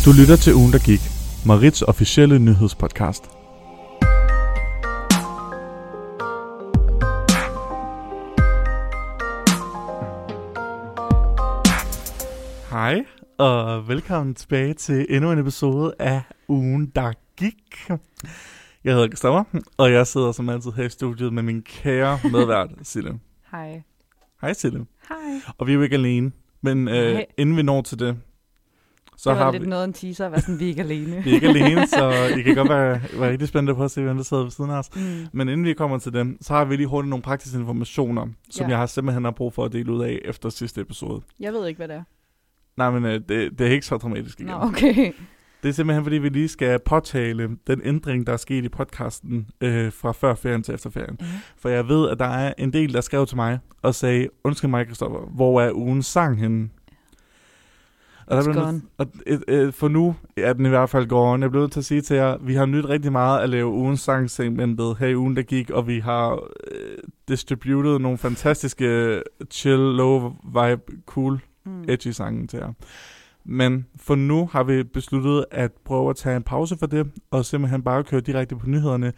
Du lytter til Ugen, der gik. Marits officielle nyhedspodcast. Hej, og velkommen tilbage til endnu en episode af Ugen, der gik. Jeg hedder Christoffer, og jeg sidder som altid her i studiet med min kære medvært, Sille. Hej. Hej, Sille. Hej. Og vi er jo ikke alene, men inden vi når til det, så det var har lidt vi... noget en teaser at være sådan, vi er ikke alene. Vi er ikke alene, så I kan godt være rigtig spændte på at se, hvem der sidder ved siden af os. Men inden vi kommer til dem, så har vi lige hurtigt nogle praktiske informationer, som jeg har simpelthen har brug for at dele ud af efter sidste episode. Jeg ved ikke, hvad det er. Nej, men det er ikke så dramatisk igen. Nå, okay. Det er simpelthen, fordi vi lige skal påtale den ændring, der er sket i podcasten fra før ferien til efter ferien. For jeg ved, at der er en del, der skrev til mig og sagde, undskyld mig, Christoffer, hvor er ugens sang henne? For nu er den i hvert fald gone. Jeg blev nødt til at sige til jer, vi har nydt rigtig meget at lave ugens sang-segmentet her i ugen, der gik, og vi har distributed nogle fantastiske chill, low vibe, cool, edgy sange til jer. Men for nu har vi besluttet at prøve at tage en pause for det, og simpelthen bare køre direkte på nyhederne.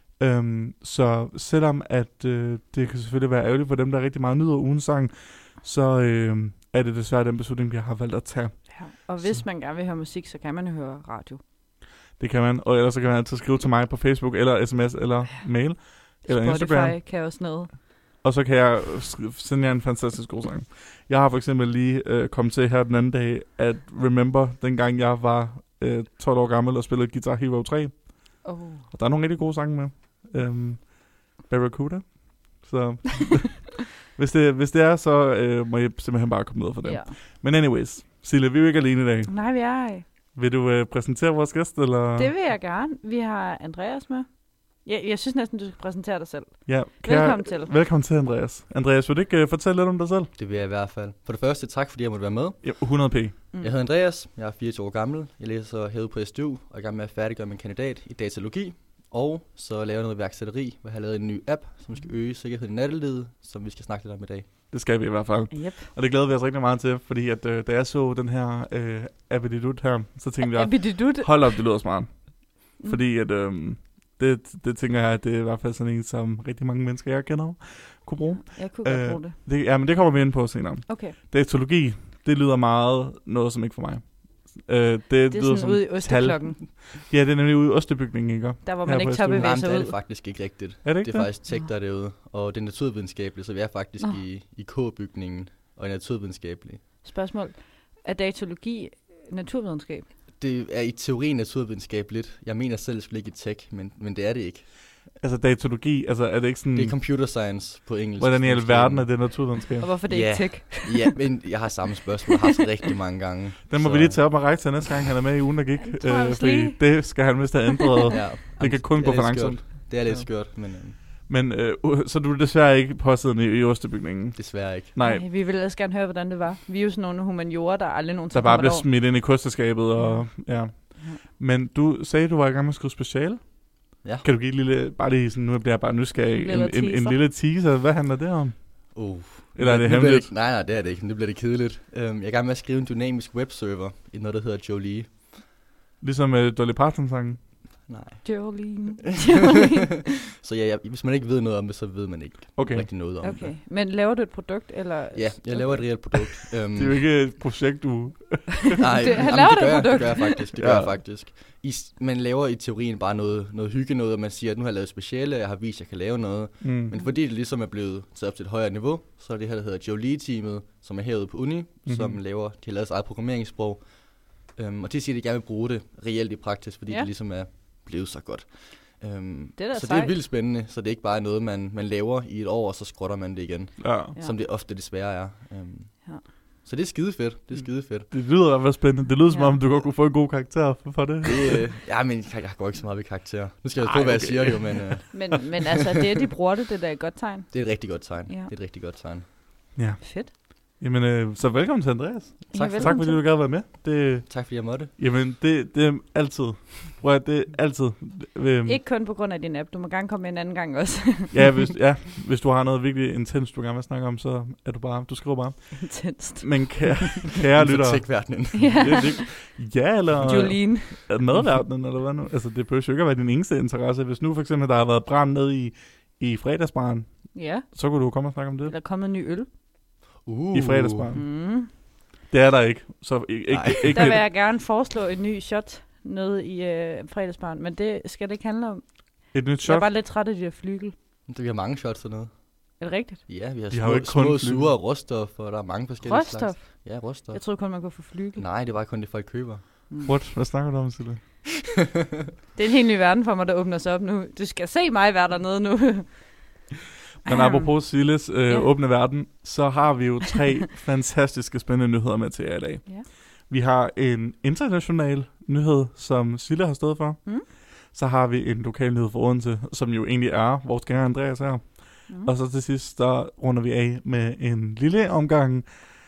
Så selvom at det kan selvfølgelig være ærgerligt for dem, der rigtig meget nyder ugens sang, så er det desværre den beslutning, vi har valgt at tage. Ja. Og hvis man gerne vil høre musik, så kan man høre radio. Det kan man, og ellers så kan man altid skrive til mig på Facebook, eller sms, eller mail, eller Spotify Instagram. kan også noget. Og så kan jeg sende jer en fantastisk god sang. Jeg har for eksempel lige kommet til her den anden dag, at remember, dengang jeg var 12 år gammel og spillede Guitar Hero 3. Og der er nogle rigtig gode sange med. Barracuda. Så hvis det er, så må jeg simpelthen bare komme ned for dem. Ja. Men anyways, Sille, vi er jo ikke alene i dag. Nej, vi er ej. Vil du præsentere vores gæst, eller? Det vil jeg gerne. Vi har Andreas med. Jeg synes næsten, du skal præsentere dig selv. Ja, velkommen til. Velkommen til, Andreas. Andreas, vil du ikke fortælle lidt om dig selv? Det vil jeg i hvert fald. For det første, tak fordi jeg måtte være med. Ja, 100p. Jeg hedder Andreas, jeg er 24 år gammel. Jeg læser herude på SDU og er i gang med at færdiggøre min kandidat i datalogi. Og så laver jeg noget iværksætteri, hvor jeg har lavet en ny app, som skal øge sikkerheden i nattelivet, som vi skal snakke lidt om i dag. Det skal vi i hvert fald. Yep. Og det glæder vi os rigtig meget til, fordi at, da jeg så den her Abididut her, så tænkte jeg, hold op, det lyder smart. Fordi at, det tænker jeg, at det er i hvert fald sådan en, som rigtig mange mennesker, jeg kender, kunne bruge. Jeg kunne godt bruge det. Ja, men det kommer vi ind på senere. Okay. Datalogi, det lyder meget noget, som ikke for mig. Det er lyder sådan ude i Osteklokken. Ja, det er nemlig ude i Ostebygningen, ikke? Der hvor man ikke tør bevæge sig ud. Det er det faktisk ikke rigtigt. Er det ikke det? Er faktisk tech, der er derude. Og det er naturvidenskabeligt, så vi er faktisk i K-bygningen og i naturvidenskabeligt. Spørgsmål. Er datalogi naturvidenskab? Det er i teorien naturvidenskabeligt. Jeg mener selv ikke i tech, men det er det ikke. Altså datalogi, altså er det ikke sådan... Det er computer science på engelsk. Hvordan i alverden er det naturvidenskab? Og hvorfor det ikke tech? Ja, men jeg har samme spørgsmål, jeg har haft rigtig mange gange. Den må vi lige tage op og række til næste gang, han er med i ugen, der gik. Fordi det skal han vist have ændret. Ja, det kan kun gå for langsomt. Det er lidt skørt, men så du er desværre ikke påsiddende i Ostebygningen? Desværre ikke. Nej, vi vil ellers gerne høre, hvordan det var. Vi er jo sådan nogle humaniorer, der aldrig nogensinde der bare bliver smidt ind i kosteskabet. Og, ja. Men du sagde, du var i gang med at skrive speciale. Ja. Kan du give et lille, bare lige sådan, nu bliver jeg bare nysgerrig, en lille teaser. Hvad handler det om? Eller er det hemmeligt? Nej, det er det ikke. Det bliver det kedeligt. Jeg er i gang med at skrive en dynamisk webserver i noget, der hedder Jolie. Ligesom Dolly Parton-sangen? Nej. Jolene. Så hvis man ikke ved noget om det, så ved man ikke rigtig noget om det. Men laver du et produkt, eller? Ja, jeg laver et reelt produkt. Det er jo ikke et projekt, du... Nej, det gør jeg faktisk. Man laver i teorien bare noget hygge noget, og man siger, at nu har jeg lavet speciale, jeg har vist, at jeg kan lave noget. Men fordi det ligesom er blevet taget op til et højere niveau, så er det her, der hedder Jolie-teamet, som er herude på uni, som laver, de har lavet sit eget programmeringssprog. Og de siger, at de gerne vil bruge det reelt i praksis, fordi det ligesom er blevet så godt. Så det er vildt spændende, så det er ikke bare noget, man laver i et år, og så skrotter man det igen, som det ofte desværre er. Så det er skidefedt. Det lyder i hvert fald spændende. Det lyder som om, du godt kunne få en god karakter for det. Ja, men jeg går ikke så meget ved karakter. Nu skal jeg prøve, hvad jeg siger jo, men... men altså, det de bruger det er et godt tegn. Det er et rigtig godt tegn. Ja. Det er et rigtig godt tegn. Ja. Fedt. Jamen, så velkommen til Andreas. Tak fordi du gad være med. Tak fordi jeg måtte. Jamen, det er altid. Det er altid. Ikke kun på grund af din app. Du må gerne komme en anden gang også. hvis du har noget virkelig intens, du gerne vil snakke om, så er du skriver bare. Intenst. Men kære lytter. Tech-verdenen. Ja, eller Jolene. Madverdenen, eller hvad nu? Altså, det behøver jo ikke at være din eneste interesse. Hvis nu for eksempel, der har været brand ned i fredagsbaren, så kunne du komme og snakke om det. Eller komme en ny øl. I fredagsbaren. Det er der ikke. Så ikke der vil jeg gerne foreslå en ny shot nede i fredagsbaren, men det skal det ikke handle om. Et nyt shot? Jeg er bare lidt træt af de der flygel. Vi har mange shots dernede. Er det rigtigt? Ja, vi har små sure råstof, og der er mange forskellige råstof? Slags. Ja, råstof. Jeg troede kun, man kunne få flygel. Nej, det var kun det, folk køber. Hvad snakker du om, Sille? Det er en helt ny verden for mig, der åbner sig op nu. Du skal se mig være dernede nu. Men apropos Silles åbne verden, så har vi jo 3 fantastiske spændende nyheder med til jer i dag. Ja. Vi har en international nyhed, som Sille har stået for. Så har vi en lokal nyhed for Odense, som jo egentlig er vores kære Andreas her. Og så til sidst, der runder vi af med en lille omgang.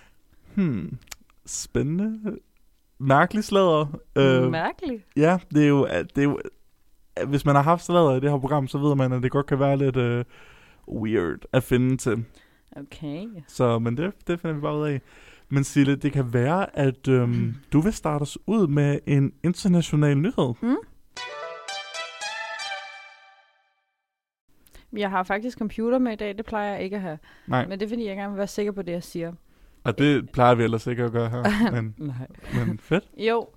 Spændende. Mærkelig sladder. Mærkelig? Ja, det er jo hvis man har haft sladder i det her program, så ved man, at det godt kan være lidt weird at finde til. Okay. Så, men det finder vi bare ud af. Men Sille, det kan være, at du vil starte os ud med en international nyhed. Jeg har faktisk computer med i dag, det plejer jeg ikke at have. Nej. Men det er fordi, jeg gerne vil være sikker på det, jeg siger. Og det plejer vi ellers ikke at gøre her. Men fedt. Jo.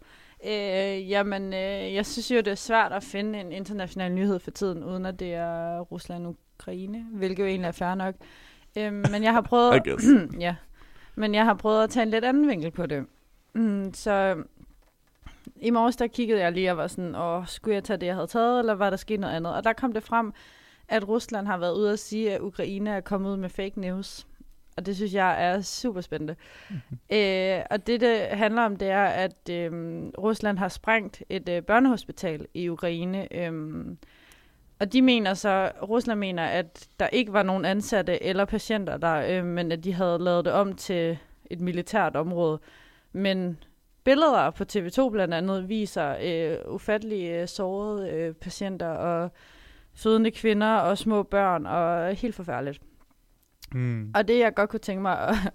Jeg synes jo, det er svært at finde en international nyhed for tiden, uden at det er Rusland og Ukraine, hvilket jo egentlig er fair nok. Men jeg har prøvet men jeg har prøvet at tage en lidt anden vinkel på det. Så i morges, der kiggede jeg lige og var sådan, skulle jeg tage det, jeg havde taget, eller var der sket noget andet? Og der kom det frem, at Rusland har været ude at sige, at Ukraine er kommet ud med fake news. Og det synes jeg er super spændende. Og det handler om, det er, at Rusland har sprængt et børnehospital i Ukraine. Og Rusland mener, at der ikke var nogen ansatte eller patienter der, men at de havde lavet det om til et militært område. Men billeder på TV2 blandt andet viser ufattelige sårede patienter og fødende kvinder og små børn, og helt forfærdeligt. Og det jeg godt kunne tænke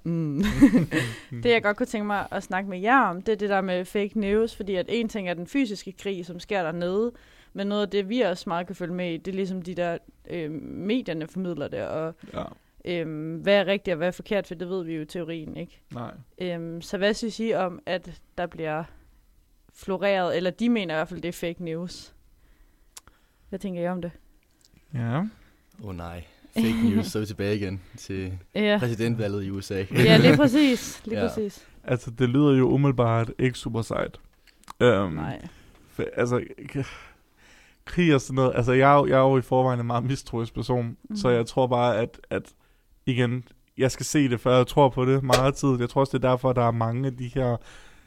mig at snakke med jer om, det er det der med fake news, fordi at en ting er den fysiske krig, som sker dernede, men noget af det, vi også meget kan følge med i, det er ligesom de der medierne formidler det, og hvad er rigtigt og hvad er forkert, for det ved vi jo i teorien, ikke? Nej. Så hvad synes I om, at der bliver floreret, eller de mener i hvert fald, det er fake news? Hvad tænker I om det? Ja. Nej. Fake news, så er vi tilbage igen til præsidentvalget i USA. Ja, lige præcis. Præcis. Altså, det lyder jo umiddelbart ikke super sejt. Nej. Altså, krig og sådan noget. Altså, jeg er jo i forvejen en meget mistroisk person, så jeg tror bare, at igen, jeg skal se det, før jeg tror på det meget tid. Jeg tror også, det er derfor, der er mange af de her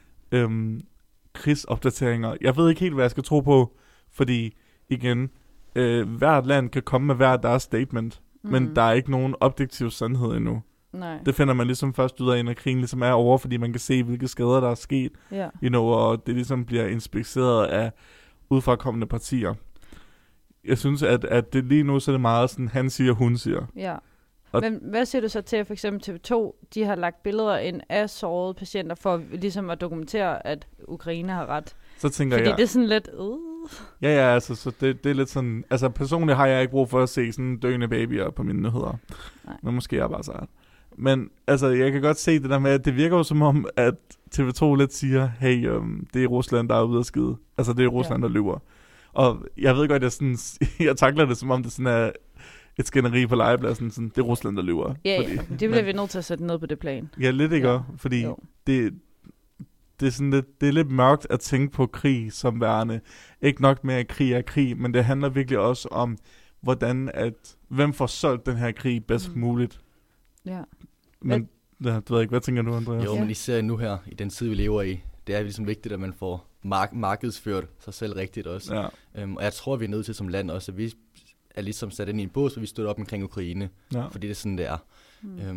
krigsopdateringer. Jeg ved ikke helt, hvad jeg skal tro på, fordi igen, hvert land kan komme med hver deres statement, men der er ikke nogen objektiv sandhed endnu. Nej. Det finder man ligesom først ud af, når krigen ligesom er over, fordi man kan se, hvilke skader der er sket, og det ligesom bliver inspekteret af udefrakommende partier. Jeg synes, at det lige nu så er det meget sådan, han siger, hun siger. Ja. Men hvad siger du så til, at for eksempel TV2, de har lagt billeder ind af sårede patienter, for ligesom at dokumentere, at Ukraine har ret? Så tænker fordi det er sådan lidt... Ja, altså, så det er lidt sådan... Altså, personligt har jeg ikke brug for at se sådan døende babyer på mine nyheder. Nej. Men måske er jeg bare sejt. Men altså, jeg kan godt se det der med, at det virker jo som om, at TV2 lidt siger, hey, det er Rusland, der er ude at skide. Altså, det er Rusland, der lyver. Og jeg ved godt, jeg takler det, som om det sådan er et skænderi på legepladsen. Sådan, det er Rusland, der lyver. Ja, det bliver vi nødt til at sætte ned på det plan. Ja, lidt ikke, fordi det er sådan lidt, det er lidt mørkt at tænke på krig som værende. Ikke nok med, at krig er krig, men det handler virkelig også om, hvem får solgt den her krig bedst muligt. Ja. Men du ved ikke, hvad tænker du, Andreas? Jo, men især nu her, i den tid, vi lever i, det er ligesom vigtigt, at man får markedsført sig selv rigtigt også. Ja. Og jeg tror, vi er nødt til som land også, at vi er ligesom sat ind i en bås, hvor vi støtter op omkring Ukraine, fordi det er sådan, det er.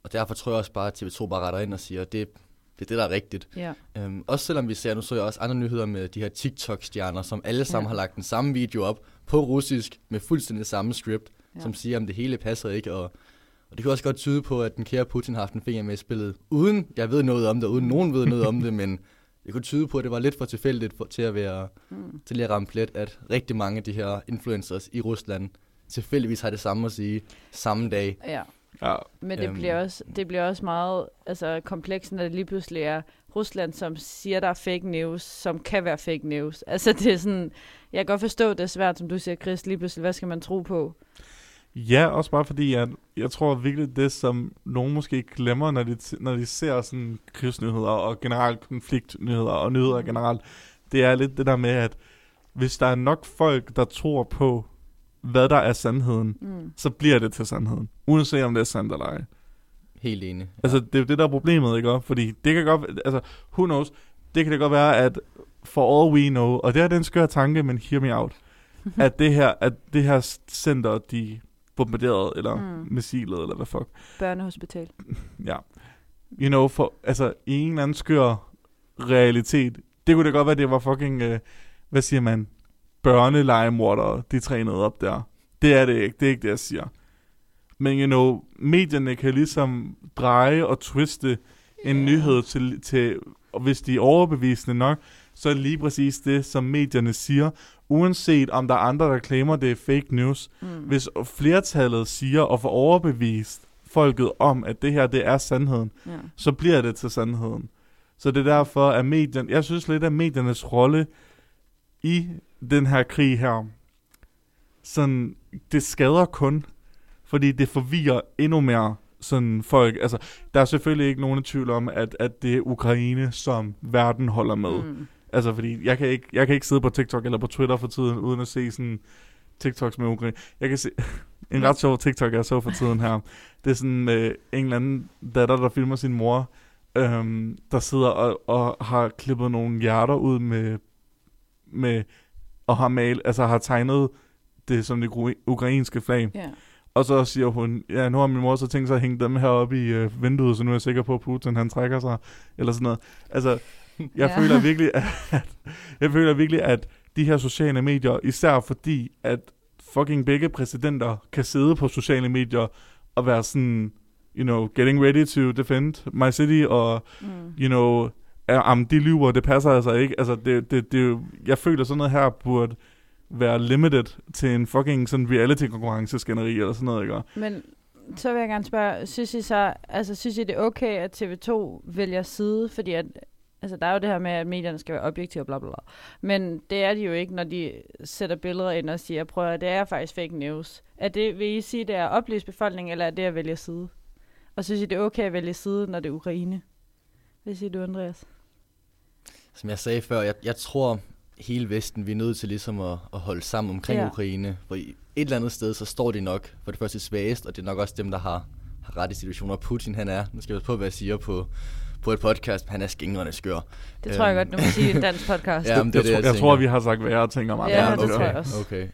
Og derfor tror jeg også bare, at TV2 bare retter ind og siger, at det er det, der er rigtigt. Ja. Også selvom vi ser, nu så jeg også andre nyheder med de her TikTok-stjerner, som alle sammen har lagt den samme video op på russisk, med fuldstændig samme script, som siger, om det hele passer ikke. Og det kan også godt tyde på, at den kære Putin har haft en finger med i spillet, uden jeg ved noget om det, uden nogen ved noget om det, men det kunne tyde på, at det var lidt for tilfældigt til at være til at ramme plet, at rigtig mange af de her influencers i Rusland tilfældigvis har det samme at sige samme dag. Ja. Ja. Men det bliver også meget komplekst, når det lige pludselig er Rusland, som siger, der er fake news, som kan være fake news. Altså det er sådan, jeg kan godt forstå, det er svært, som du siger, Chris, lige pludselig, hvad skal man tro på? Ja, også bare fordi, at jeg tror virkelig det, som nogen måske glemmer, når de ser sådan krigsnyheder og generelt konfliktnyheder og nyheder generelt, det er lidt det der med, at hvis der er nok folk, der tror på, hvad der er sandheden, så bliver det til sandheden. Uanset om det er sandt eller ej. Helt enig. Altså, det er jo det, der er problemet, ikke? Fordi det kan godt, altså, who knows, det kan det godt være, at for all we know, og det er den skøre tanke, men hear me out, at det her center, de bombarderede, eller missilet, eller hvad fuck. Børnehospital. Ja. You know, altså, i en eller anden skør realitet, det kunne det godt være, det var fucking, hvad siger man, børnelegemordere, de trænede op der. Det er det ikke, det er ikke det, jeg siger. Men you know, medierne kan ligesom dreje og twiste en nyhed til, og hvis de er overbevisende nok, så er det lige præcis det, som medierne siger, uanset om der er andre, der claimer, det er fake news. Hvis flertallet siger og får overbevist folket om, at det her, det er sandheden, så bliver det til sandheden. Så det er derfor, at jeg synes lidt, at mediernes rolle i den her krig her, sådan, det skader kun, fordi det forvirrer endnu mere sådan folk. Altså, der er selvfølgelig ikke nogen tvivl om, at det er Ukraine, som verden holder med. Altså, fordi jeg kan ikke sidde på TikTok eller på Twitter for tiden, uden at se sådan TikToks med Ukraine. Jeg kan se en ret sjov TikTok, jeg så for tiden her. Det er sådan med en eller anden datter, der filmer sin mor, der sidder og har klippet nogle hjerter ud med og har malet, altså har tegnet det som det ukrainske flag. Yeah. Og så siger hun, ja, nu har min mor så tænkt sig at hænge dem heroppe i vinduet, så nu er jeg sikker på, at Putin han trækker sig, eller sådan noget. Altså, jeg føler virkelig, at de her sociale medier, især fordi, at fucking begge præsidenter kan sidde på sociale medier og være sådan, you know, getting ready to defend my city, og, you know, de lyver, det passer altså ikke. Altså, det, jeg føler sådan noget her burde være limited til en fucking sådan reality-konkurrenceskænderi eller sådan noget, ikke? Men så vil jeg gerne spørge, synes I det er okay, at TV2 vælger side, fordi at, altså der er jo det her med, at medierne skal være objektive, bla bla bla. Men det er de jo ikke, når de sætter billeder ind og siger, prøv at det er faktisk fake news. Vil I sige, det er oplyst befolkning, eller er det at vælge side? Og synes I det er okay at vælge side, når det er Ukraine? Hvad siger du, Andreas? Som jeg sagde før, jeg tror hele Vesten, vi er nødt til ligesom at holde sammen omkring Ukraine. For et eller andet sted, så står de nok for det første svagest, og det er nok også dem, der har ret i situationer. Putin, han er, nu skal jeg på, hvad jeg siger på et podcast, han er skingrende skør. Det tror jeg godt, du må sige i en dansk podcast. Ja, jeg tror, vi har sagt værre ting om andre. Ja, det tror jeg også. Okay.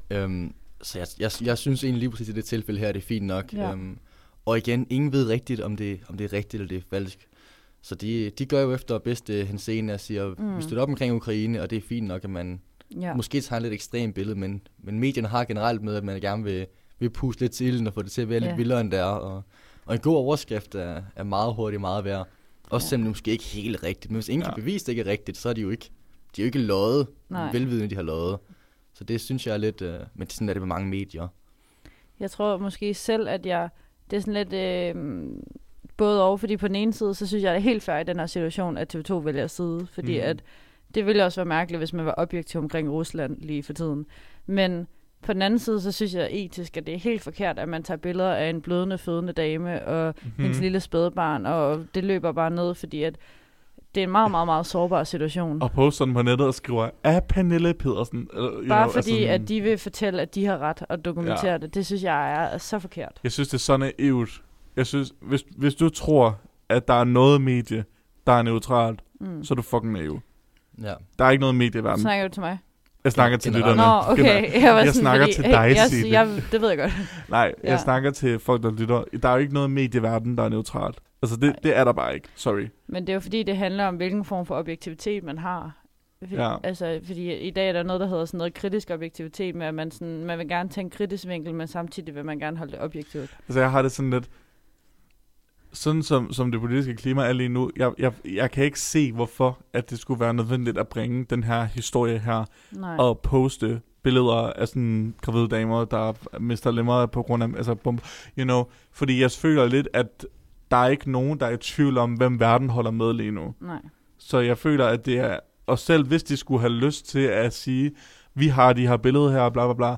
Så jeg synes egentlig lige præcis i det tilfælde her, det er fint nok. Ja. Og igen, ingen ved rigtigt, om det er rigtigt eller det er falsk. Så de gør jo efter bedste henseende og siger, vi støtter op omkring Ukraine, og det er fint nok, at man måske tager en lidt ekstrem billede, men medierne har generelt med, at man gerne vil puste lidt til ilden og få det til at være lidt vildere, end det er. Og en god overskrift er meget hurtigt meget værd. Også selvom det måske ikke helt rigtigt. Men hvis ingen kan bevise, det ikke er rigtigt, så er de jo ikke løjet. Velvidende, de har løjet. Så det synes jeg er lidt, men sådan er det med mange medier. Jeg tror måske selv, at det er sådan lidt både og, fordi på den ene side, så synes jeg, det er helt fair i den her situation, at TV2 vælger side, fordi at det ville også være mærkeligt, hvis man var objektiv omkring Rusland lige for tiden. Men på den anden side, så synes jeg etisk, at det er helt forkert, at man tager billeder af en blødende, fødende dame og hendes lille spædebarn, og det løber bare ned, fordi at det er en meget, meget, meget sårbar situation. Og poster den på nettet og skriver, af Pernille Pedersen. Bare fordi, at de vil fortælle, at de har ret og dokumentere det. Det synes jeg er så forkert. Jeg synes, det er så naivt. Jeg synes, hvis du tror, at der er noget medie, der er neutralt, så er du fucking naiv. Ja. Der er ikke noget medie i verden. Snakker du til mig? Jeg snakker til lytterne. Nå, okay. Jeg snakker til dig, Signe. Det ved jeg godt. Nej, jeg snakker til folk, der lytter. Der er jo ikke noget medieverden, der er neutralt. Altså, det er der bare ikke. Sorry. Men det er jo fordi, det handler om, hvilken form for objektivitet man har. Altså, fordi i dag er der noget, der hedder sådan noget kritisk objektivitet, med at man vil gerne tænke kritisk vinkel, men samtidig vil man gerne holde det objektivt. Altså, jeg har det sådan lidt... Sådan som det politiske klima er lige nu, jeg kan ikke se, hvorfor at det skulle være nødvendigt at bringe den her historie her, og poste billeder af sådan gravide damer, der mister lemmer på grund af, altså, fordi jeg føler lidt, at der er ikke nogen, der er i tvivl om, hvem verden holder med lige nu. Nej. Så jeg føler, at det er, og selv hvis de skulle have lyst til at sige, vi har de her billeder her, bla bla bla,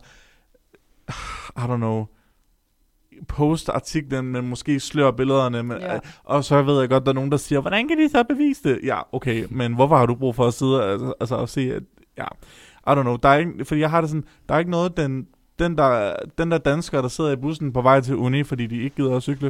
I don't know, poste artiklen, men måske sløre billederne, men, og så ved jeg godt, der er nogen, der siger, hvordan kan de så bevise det? Ja, okay, men hvorfor har du brug for at sidde og se, at, I don't know, der er ikke, fordi jeg har det sådan, der er ikke noget, den der dansker, der sidder i bussen på vej til uni, fordi de ikke gider at cykle,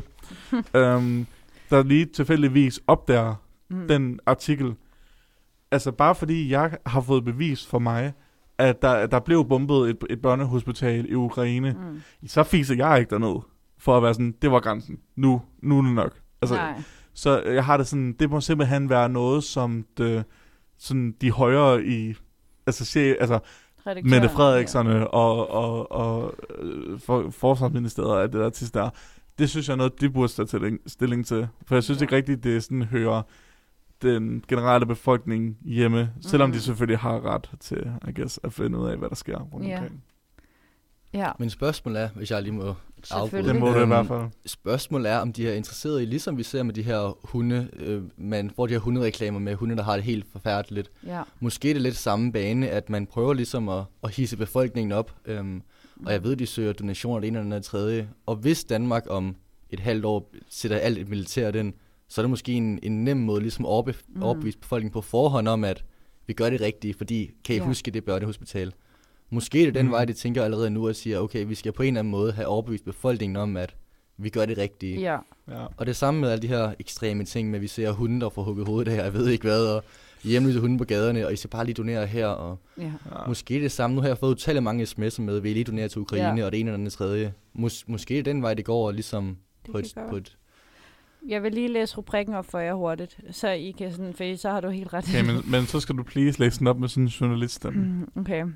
der lige tilfældigvis opdager den artikel. Altså bare fordi jeg har fået bevis for mig, at der blev bombet et børnehospital i Ukraine, så fiser jeg ikke derned, for at være sådan, det var grænsen. Nu er det nok. Altså, så jeg har det sådan, det må simpelthen være noget, som sådan de højere i, altså Mette Frederikserne og Forsvarsministeriet og alt det der til der. Det synes jeg er noget, de burde tage stilling til. For jeg synes ikke rigtigt, det sådan hører den generelle befolkning hjemme, selvom de selvfølgelig har ret til, I guess, at finde ud af, hvad der sker rundt omkring. Ja. Men spørgsmålet er, hvis jeg lige må afbryde. Det må du i hvert fald. Spørgsmålet er, om de er interesseret i, ligesom vi ser med de her hunde, man får de her hundereklamer med hunde, der har det helt forfærdeligt. Ja. Måske er det lidt samme bane, at man prøver ligesom at hisse befolkningen op, og jeg ved, de søger donationer det ene eller det tredje. Og hvis Danmark om et halvt år sætter alt et militær den, så er det måske en nem måde ligesom at overbevise befolkningen på forhånd om, at vi gør det rigtige, fordi kan I huske det børnehospital? Måske er det den vej, de tænker allerede nu og siger, okay, vi skal på en eller anden måde have overbevist befolkningen om, at vi gør det rigtige. Ja. Og det samme med alle de her ekstreme ting, med at vi ser hunde, der får hugget hovedet her, jeg ved ikke hvad, og hjemløse hunde på gaderne, og I skal bare lige donere her, og måske det samme. Nu har jeg fået utallige mange sms'er med, vil I lige donere til Ukraine, og det ene eller andet tredje. Måske er den vej, det går, ligesom på et Jeg vil lige læse rubrikken op for jer hurtigt, så I kan sådan, for så har du helt ret. Okay, men så skal du please læse den op med sådan en journalist. Okay.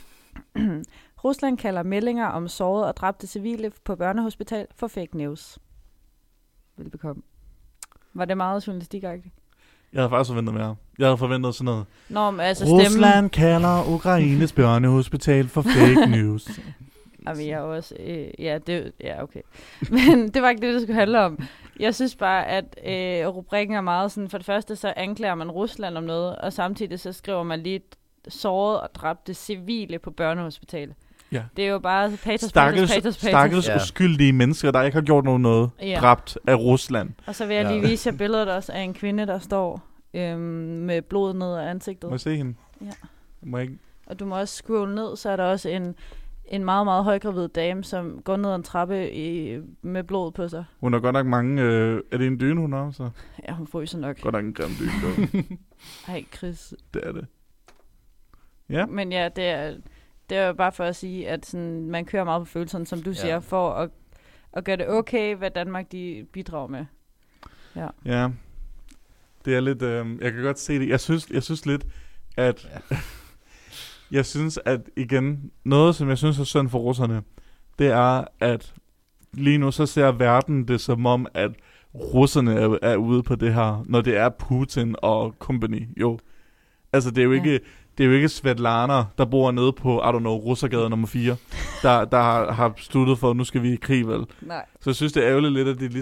Rusland kalder meldinger om sårede og dræbte civile på børnehospital for fake news. Velbekomme. Var det meget journalistikagtigt? Jeg havde faktisk forventet mere. Jeg havde forventet sådan noget. Nå, men altså Rusland kalder Ukraines børnehospital for fake news. Og vi har også... okay. Men det var ikke det skulle handle om. Jeg synes bare, at rubrikken er meget sådan... For det første, så anklager man Rusland om noget, og samtidig så skriver man lige såret og dræbte civile på børnehospitalet. Ja. Det er jo bare patos. Stakkels uskyldige mennesker, der ikke har gjort noget dræbt af Rusland. Og så vil jeg lige vise jer billedet også af en kvinde, der står med blod ned af ansigtet. Må jeg se hende? Ja. Må jeg ikke? Og du må også scrolle ned, så er der også en meget, meget højgravid dame, som går ned ad en trappe med blod på sig. Hun har godt nok mange... er det en dyne, hun har så? Ja, hun fryser nok. Godt nok en grim dyne. Ej, Chris. Det er det. Ja. Men ja, det er jo bare for at sige, at sådan, man kører meget på følelserne, som du siger, for at gøre det okay, hvad Danmark de bidrager med. Ja. Det er lidt... jeg kan godt se det. Jeg synes lidt, at... Jeg synes, at igen, noget som jeg synes er synd for russerne, det er, at lige nu så ser verden det som om, at russerne er ude på det her, når det er Putin og company. Jo, altså det er jo ikke Svetlana, der bor nede på, Russergade nummer 4, der har sluttet for, nu skal vi i krig, vel? Nej. Så jeg synes, det er ærgerligt lidt, at de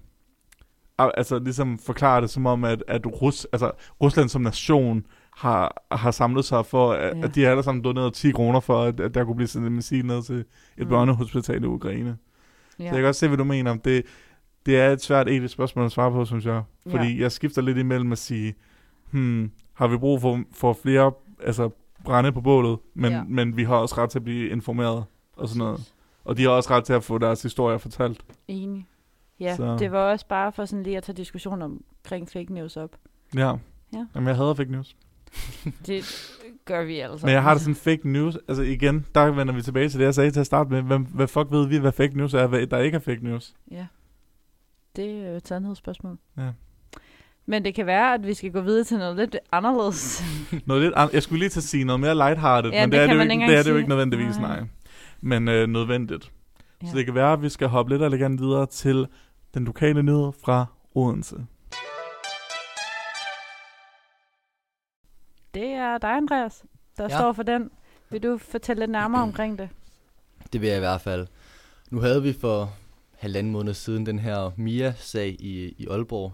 ligesom forklarer det som om, at Rusland som nation har samlet sig for, at de alle sammen donerede 10 kroner for, at der kunne blive sendt en missil ned til et børnehospital i Ukraine. Så jeg kan godt se, hvad du mener. Det er et svært etisk spørgsmål at svare på, synes jeg. Fordi jeg skifter lidt imellem at sige, har vi brug for flere brænde på bålet, men vi har også ret til at blive informeret og sådan noget. Og de har også ret til at få deres historier fortalt. Enig. Ja, så. Det var også bare for sådan lige at tage diskussion omkring fake news op. Ja. Jamen, jeg hader fake news. Det gør vi altså. Men jeg har det sådan fake news. Altså igen, der vender vi tilbage til det, jeg sagde til at starte med. Hvad fuck ved vi, hvad fake news er, hvad der ikke er fake news? Ja, det er jo et sandhedsspørgsmål. Ja. Men det kan være, at vi skal gå videre til noget lidt anderledes. Jeg skulle lige til at sige noget mere lighthearted, men det er det jo ikke nødvendigvis, nej. Men nødvendigt. Ja. Så det kan være, at vi skal hoppe lidt elegant videre til den lokale nyhed fra Odense. Det er dig, Andreas, der står for den. Vil du fortælle lidt nærmere omkring det? Det vil jeg i hvert fald. Nu havde vi for 1,5 måned siden den her Mia-sag i Aalborg,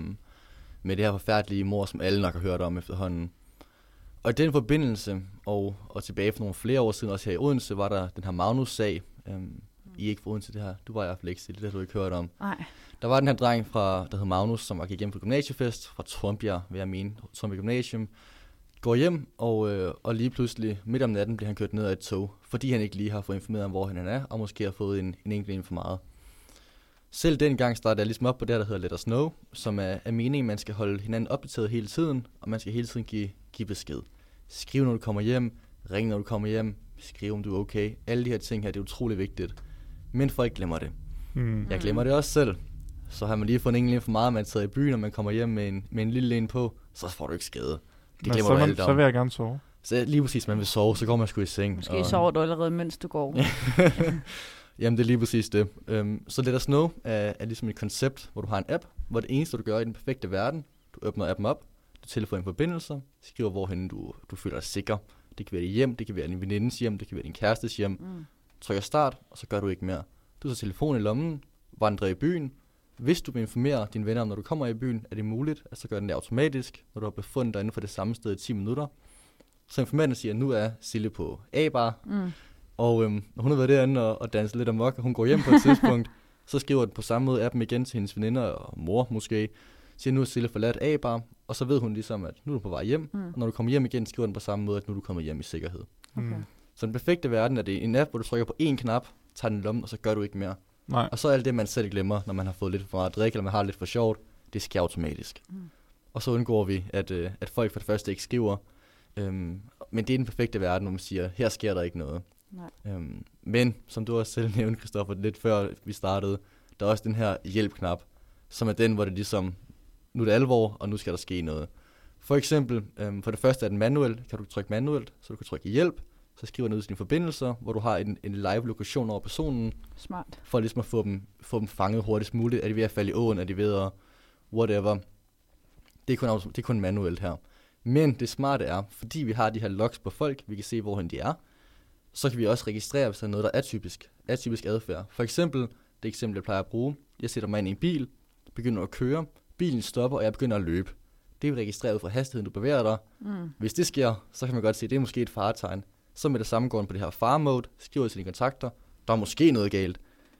med det her forfærdelige mord, som alle nok har hørt om efterhånden. Og i den forbindelse, og tilbage for nogle flere år siden, også her i Odense, var der den her Magnus-sag. I er ikke fra Odense, det her. Du var i hvert fald ikke, det har du ikke hørt om. Nej. Der var den her dreng, der hed Magnus, som gik hjem på gymnasiefest fra Tornbjerg, vil jeg mene, Tornbjerg Gymnasium. Går hjem, og lige pludselig midt om natten bliver han kørt ned af et tog, fordi han ikke lige har fået informeret om, hvor han er, og måske har fået en enkelt for meget. Selv dengang startede jeg ligesom op på det, der hedder Let Us Know, som er meningen, man skal holde hinanden opdateret hele tiden, og man skal hele tiden give besked. Skriv, når du kommer hjem, ring, når du kommer hjem, skriv, om du er okay. Alle de her ting her, det er utrolig vigtigt. Men folk glemmer det. Jeg glemmer det også selv. Så har man lige fået en enkelt for meget, man sidder i byen, og man kommer hjem med en lille en på, så får du ikke skade. Det glemmer du alt om. Så vil jeg gerne sove. Så lige præcis, man vil sove, så går man sgu i seng. Måske sover du allerede, mens du går. Jamen, det er lige præcis det. Så Let Us Know er ligesom et koncept, hvor du har en app, hvor det eneste, du gør i den perfekte verden, du åbner appen op, du tilføjer en forbindelse, skriver, hvorhen du føler dig sikker. Det kan være dit hjem, det kan være din venindes hjem, det kan være din kærestes hjem. Trykker start, og så gør du ikke mere. Du tager telefonen i lommen, vandrer i byen. Hvis du vil informere dine venner om, når du kommer i byen, er det muligt, at så gør den det automatisk, når du har befundet dig inden for det samme sted i 10 minutter. Så informerer den siger, at nu er Sille på A-bar, og når hun har været derinde og danset lidt amok, og hun går hjem på et tidspunkt, så skriver den på samme måde appen igen til hendes veninder og mor måske, siger, nu er Sille forladt A-bar, og så ved hun ligesom, at nu er du på vej hjem, og når du kommer hjem igen, skriver den på samme måde, at nu er du kommet hjem i sikkerhed. Okay. Så den perfekte verden er det en app, hvor du trykker på én knap, tager den i lommen, og så gør du ikke mere. Nej. Og så alt det, man selv glemmer, når man har fået lidt for meget at drikke, eller man har lidt for sjovt, det sker automatisk. Og så undgår vi, at folk for det første ikke skriver. Men det er den perfekte verden, hvor man siger, her sker der ikke noget. Men, som du også selv nævnte, Christoffer, lidt før vi startede, der er også den her hjælp-knap, som er den, hvor det ligesom, nu er det alvor, og nu skal der ske noget. For eksempel, for det første er den manuelt, kan du trykke manuelt, så du kan trykke hjælp, så skriver den ud til dine forbindelser, hvor du har en live lokation over personen. Smart. For ligesom at få dem fanget hurtigst muligt. Er de ved at falde i åen? Er de ved at whatever? Det er kun manuelt her. Men det smarte er, fordi vi har de her logs på folk, vi kan se, hvorhen de er, så kan vi også registrere, hvis der er noget, der er atypisk adfærd. For eksempel, det eksempel, jeg plejer at bruge. Jeg sætter mig ind i en bil, begynder at køre, bilen stopper, og jeg begynder at løbe. Det er jo registreret fra hastigheden, du bevæger dig. Hvis det sker, så kan man godt se, at det er måske et faretegn. Så med det samme går på det her far-mode, skriver til dine kontakter, der er måske noget galt.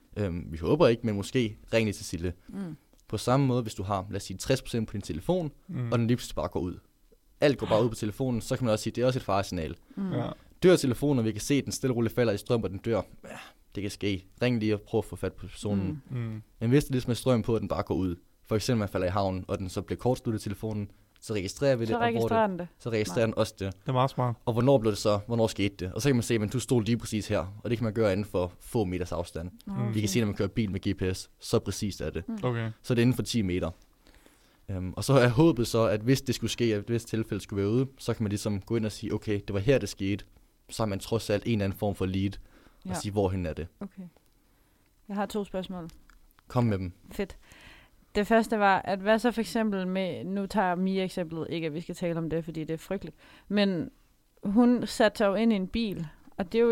Vi håber ikke, men måske ring lige til Sille. På samme måde, hvis du har, lad os sige, 60% på din telefon, og den lige pludselig bare går ud. Alt går bare ud på telefonen, så kan man også sige, at det er også et faresignal. Ja. Dør telefonen, og vi kan se, at den stille og roligt falder i strøm, og den dør. Ja, det kan ske. Ring lige og prøv at få fat på personen. Men hvis det ligesom er strøm på, at den bare går ud, for eksempel man falder i havnen, og den så bliver kortsluttet telefonen, så registrerer vi det. Så registrerer den det. Så registrerer den også det. Det er meget smart. Og hvornår blev det så? Hvornår skete det? Og så kan man se, at du stod lige præcis her. Og det kan man gøre inden for få meters afstand. Vi kan se, når man kører bil med GPS, så præcist er det. Okay. Så det er inden for 10 meter. Og så er håbet så, at hvis det skulle ske, at hvis tilfælde skulle være ude, så kan man ligesom gå ind og sige, okay, det var her, det skete. Så har man trods alt en eller anden form for lead. Og sige, hvorhen er det. Okay. Jeg har 2 spørgsmål. Kom med dem. Fedt. Det første var, at hvad så for eksempel med, nu tager Mia eksemplet, ikke at vi skal tale om det, fordi det er frygteligt, men hun satte sig jo ind i en bil, og det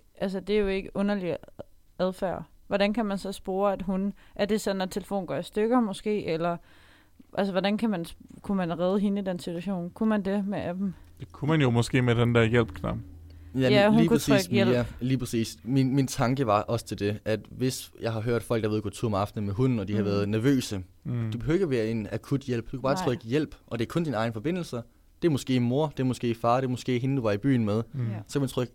er jo ikke underlig adfærd. Hvordan kan man så spore, at er det sådan, at telefonen går i stykker måske, eller altså hvordan kunne man redde hende i den situation? Kunne man det med appen? Det kunne man jo måske med den der hjælp-knap. Ja, hun kunne trykke hjælp. Ja, lige præcis. Min tanke var også til det, at hvis jeg har hørt folk, der ved gå tur om aftenen med hunden, og de har været nervøse, du behøver ikke være en akut hjælp. Du kan bare trykke hjælp, og det er kun dine egne forbindelser. Det er måske mor, det er måske far, det er måske hende, du var i byen med. Så kan man trykke,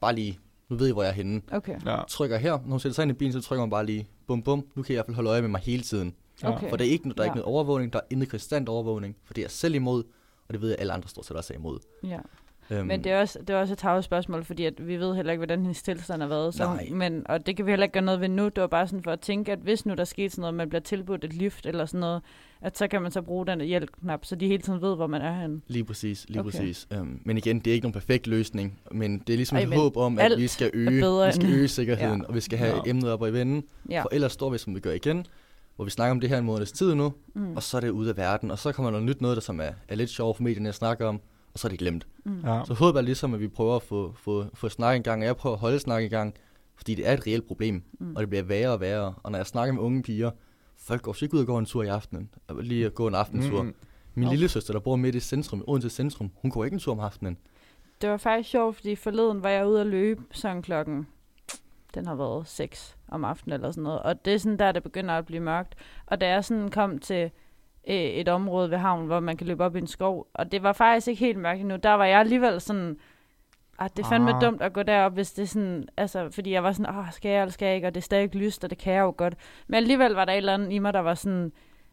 nu ved I, hvor jeg er henne. Okay. Ja. Trykker her, når hun sætter sig ind i bilen, så trykker man bare lige, bum bum, nu kan jeg i hvert fald holde øje med mig hele tiden. Okay. For der er ikke noget overvågning, der er intet konstant overvågning, for det er jeg selv imod, og det ved jeg, alle andre stort set også er imod. Ja. Men det er også et tavlet spørgsmål, fordi at vi ved heller ikke, hvordan hendes tilstand har været. Og det kan vi heller ikke gøre noget ved nu. Det var bare sådan for at tænke, at hvis nu der skete sådan noget, man bliver tilbudt et lift eller sådan noget, at så kan man så bruge den hjælpknap, så de hele tiden ved, hvor man er henne. Lige præcis. Men igen, det er ikke nogen perfekt løsning, men det er ligesom et håb om, at vi skal øge sikkerheden, og vi skal have emnet op i venden, for ellers står vi, som vi gør igen, hvor vi snakker om det her en måneds tid nu, og så er det ude af verden, og så kommer der nyt noget, der som er lidt sjovt for medierne at snakke om, og så er det glemt. Så håber jeg ligesom, at vi prøver at få snak en gang, og jeg prøver at holde snak i gang, fordi det er et reelt problem, og det bliver værre og værre. Og når jeg snakker med unge piger, folk går så ikke ud og går en tur i aftenen, lige at gå en aftentur. Min lillesøster, der bor midt i centrum, Odense centrum, hun går ikke en tur om aftenen. Det var faktisk sjovt, fordi forleden var jeg ude at løbe sådan klokken, den har været 6 om aftenen eller sådan noget, og det er sådan der, det begynder at blive mørkt. Og da jeg sådan kom til et område ved havnen, hvor man kan løbe op i en skov, og det var faktisk ikke helt mørkt endnu, der var jeg alligevel sådan, at det fandme dumt at gå derop, hvis det sådan, altså, fordi jeg var sådan, skal jeg eller skal jeg ikke, og det er stadig lyst, og det kan jeg jo godt. Men alligevel var der et eller andet i mig, der var sådan,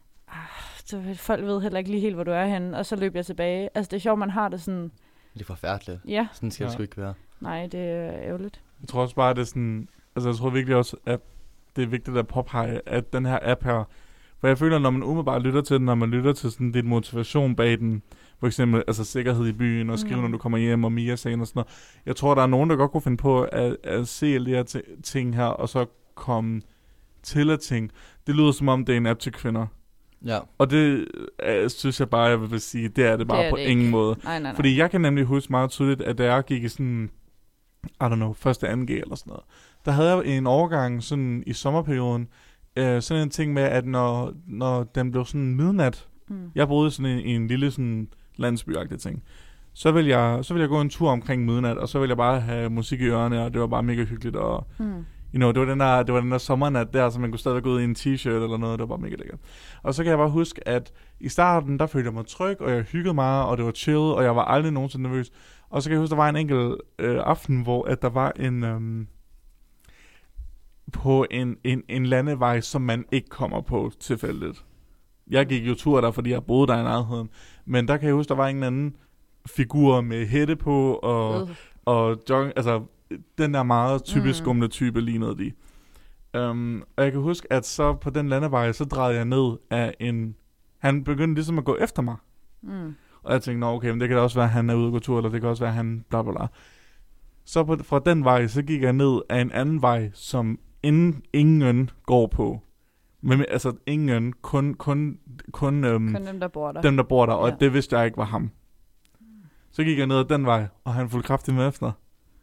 folk ved heller ikke lige helt, hvor du er henne, og så løb jeg tilbage. Altså, det er sjovt, man har det sådan. Det er forfærdeligt. Ja. Sådan skal det sgu ikke være. Nej, det er ærgerligt. Jeg tror også bare, det er sådan, altså jeg tror virkelig også, at det er vigtigt at påpege, at den her app her, for jeg føler, når man umiddelbart lytter til den, når man lytter til sådan lidt motivation bag den, for eksempel altså sikkerhed i byen, og skrive, når du kommer hjem, og Mia-sagen og sådan noget. Jeg tror, der er nogen, der godt kunne finde på at se alle de her ting her, og så komme til at tænke. Det lyder som om, det er en app til kvinder. Ja. Og det synes jeg bare, jeg vil sige, det er det bare på ingen måde. Nej. Fordi jeg kan nemlig huske meget tydeligt, at da jeg gik i sådan, I don't know, første 2G eller sådan noget, der havde jeg en overgang sådan i sommerperioden, sådan en ting med, at når den blev sådan midnat, jeg boede sådan i en lille sådan landsbyagtig ting, så vil jeg gå en tur omkring midnat, og så vil jeg bare have musik i ørerne, og det var bare mega hyggeligt, og det var den der sommernat der, så man kunne stadig gå ud i en t-shirt eller noget, det var bare mega lækkert. Og så kan jeg bare huske, at i starten, der følte jeg mig tryg, og jeg hyggede meget, og det var chill, og jeg var aldrig nogensinde nervøs. Og så kan jeg huske, der var en enkelt aften, hvor at der var på en landevej, som man ikke kommer på tilfældigt. Jeg gik jo tur der, fordi jeg boede der i nærheden. Men der kan jeg huske, der var en anden figur med hætte på, og jogging, altså den der meget typisk skumle type lignede de. Og jeg kan huske, at så på den landevej, så drejede jeg ned af han begyndte ligesom at gå efter mig. Og jeg tænkte, okay, men det kan da også være, at han er ude at gå tur, eller det kan også være, at han bla bla bla. Så fra den vej, så gik jeg ned af en anden vej, som ingen går på. Men altså ingen, kun dem, der bor der. Dem, der bor der, og det vidste jeg ikke var ham. Så gik jeg ned ad den vej, og han fulgte kraftigt med efter.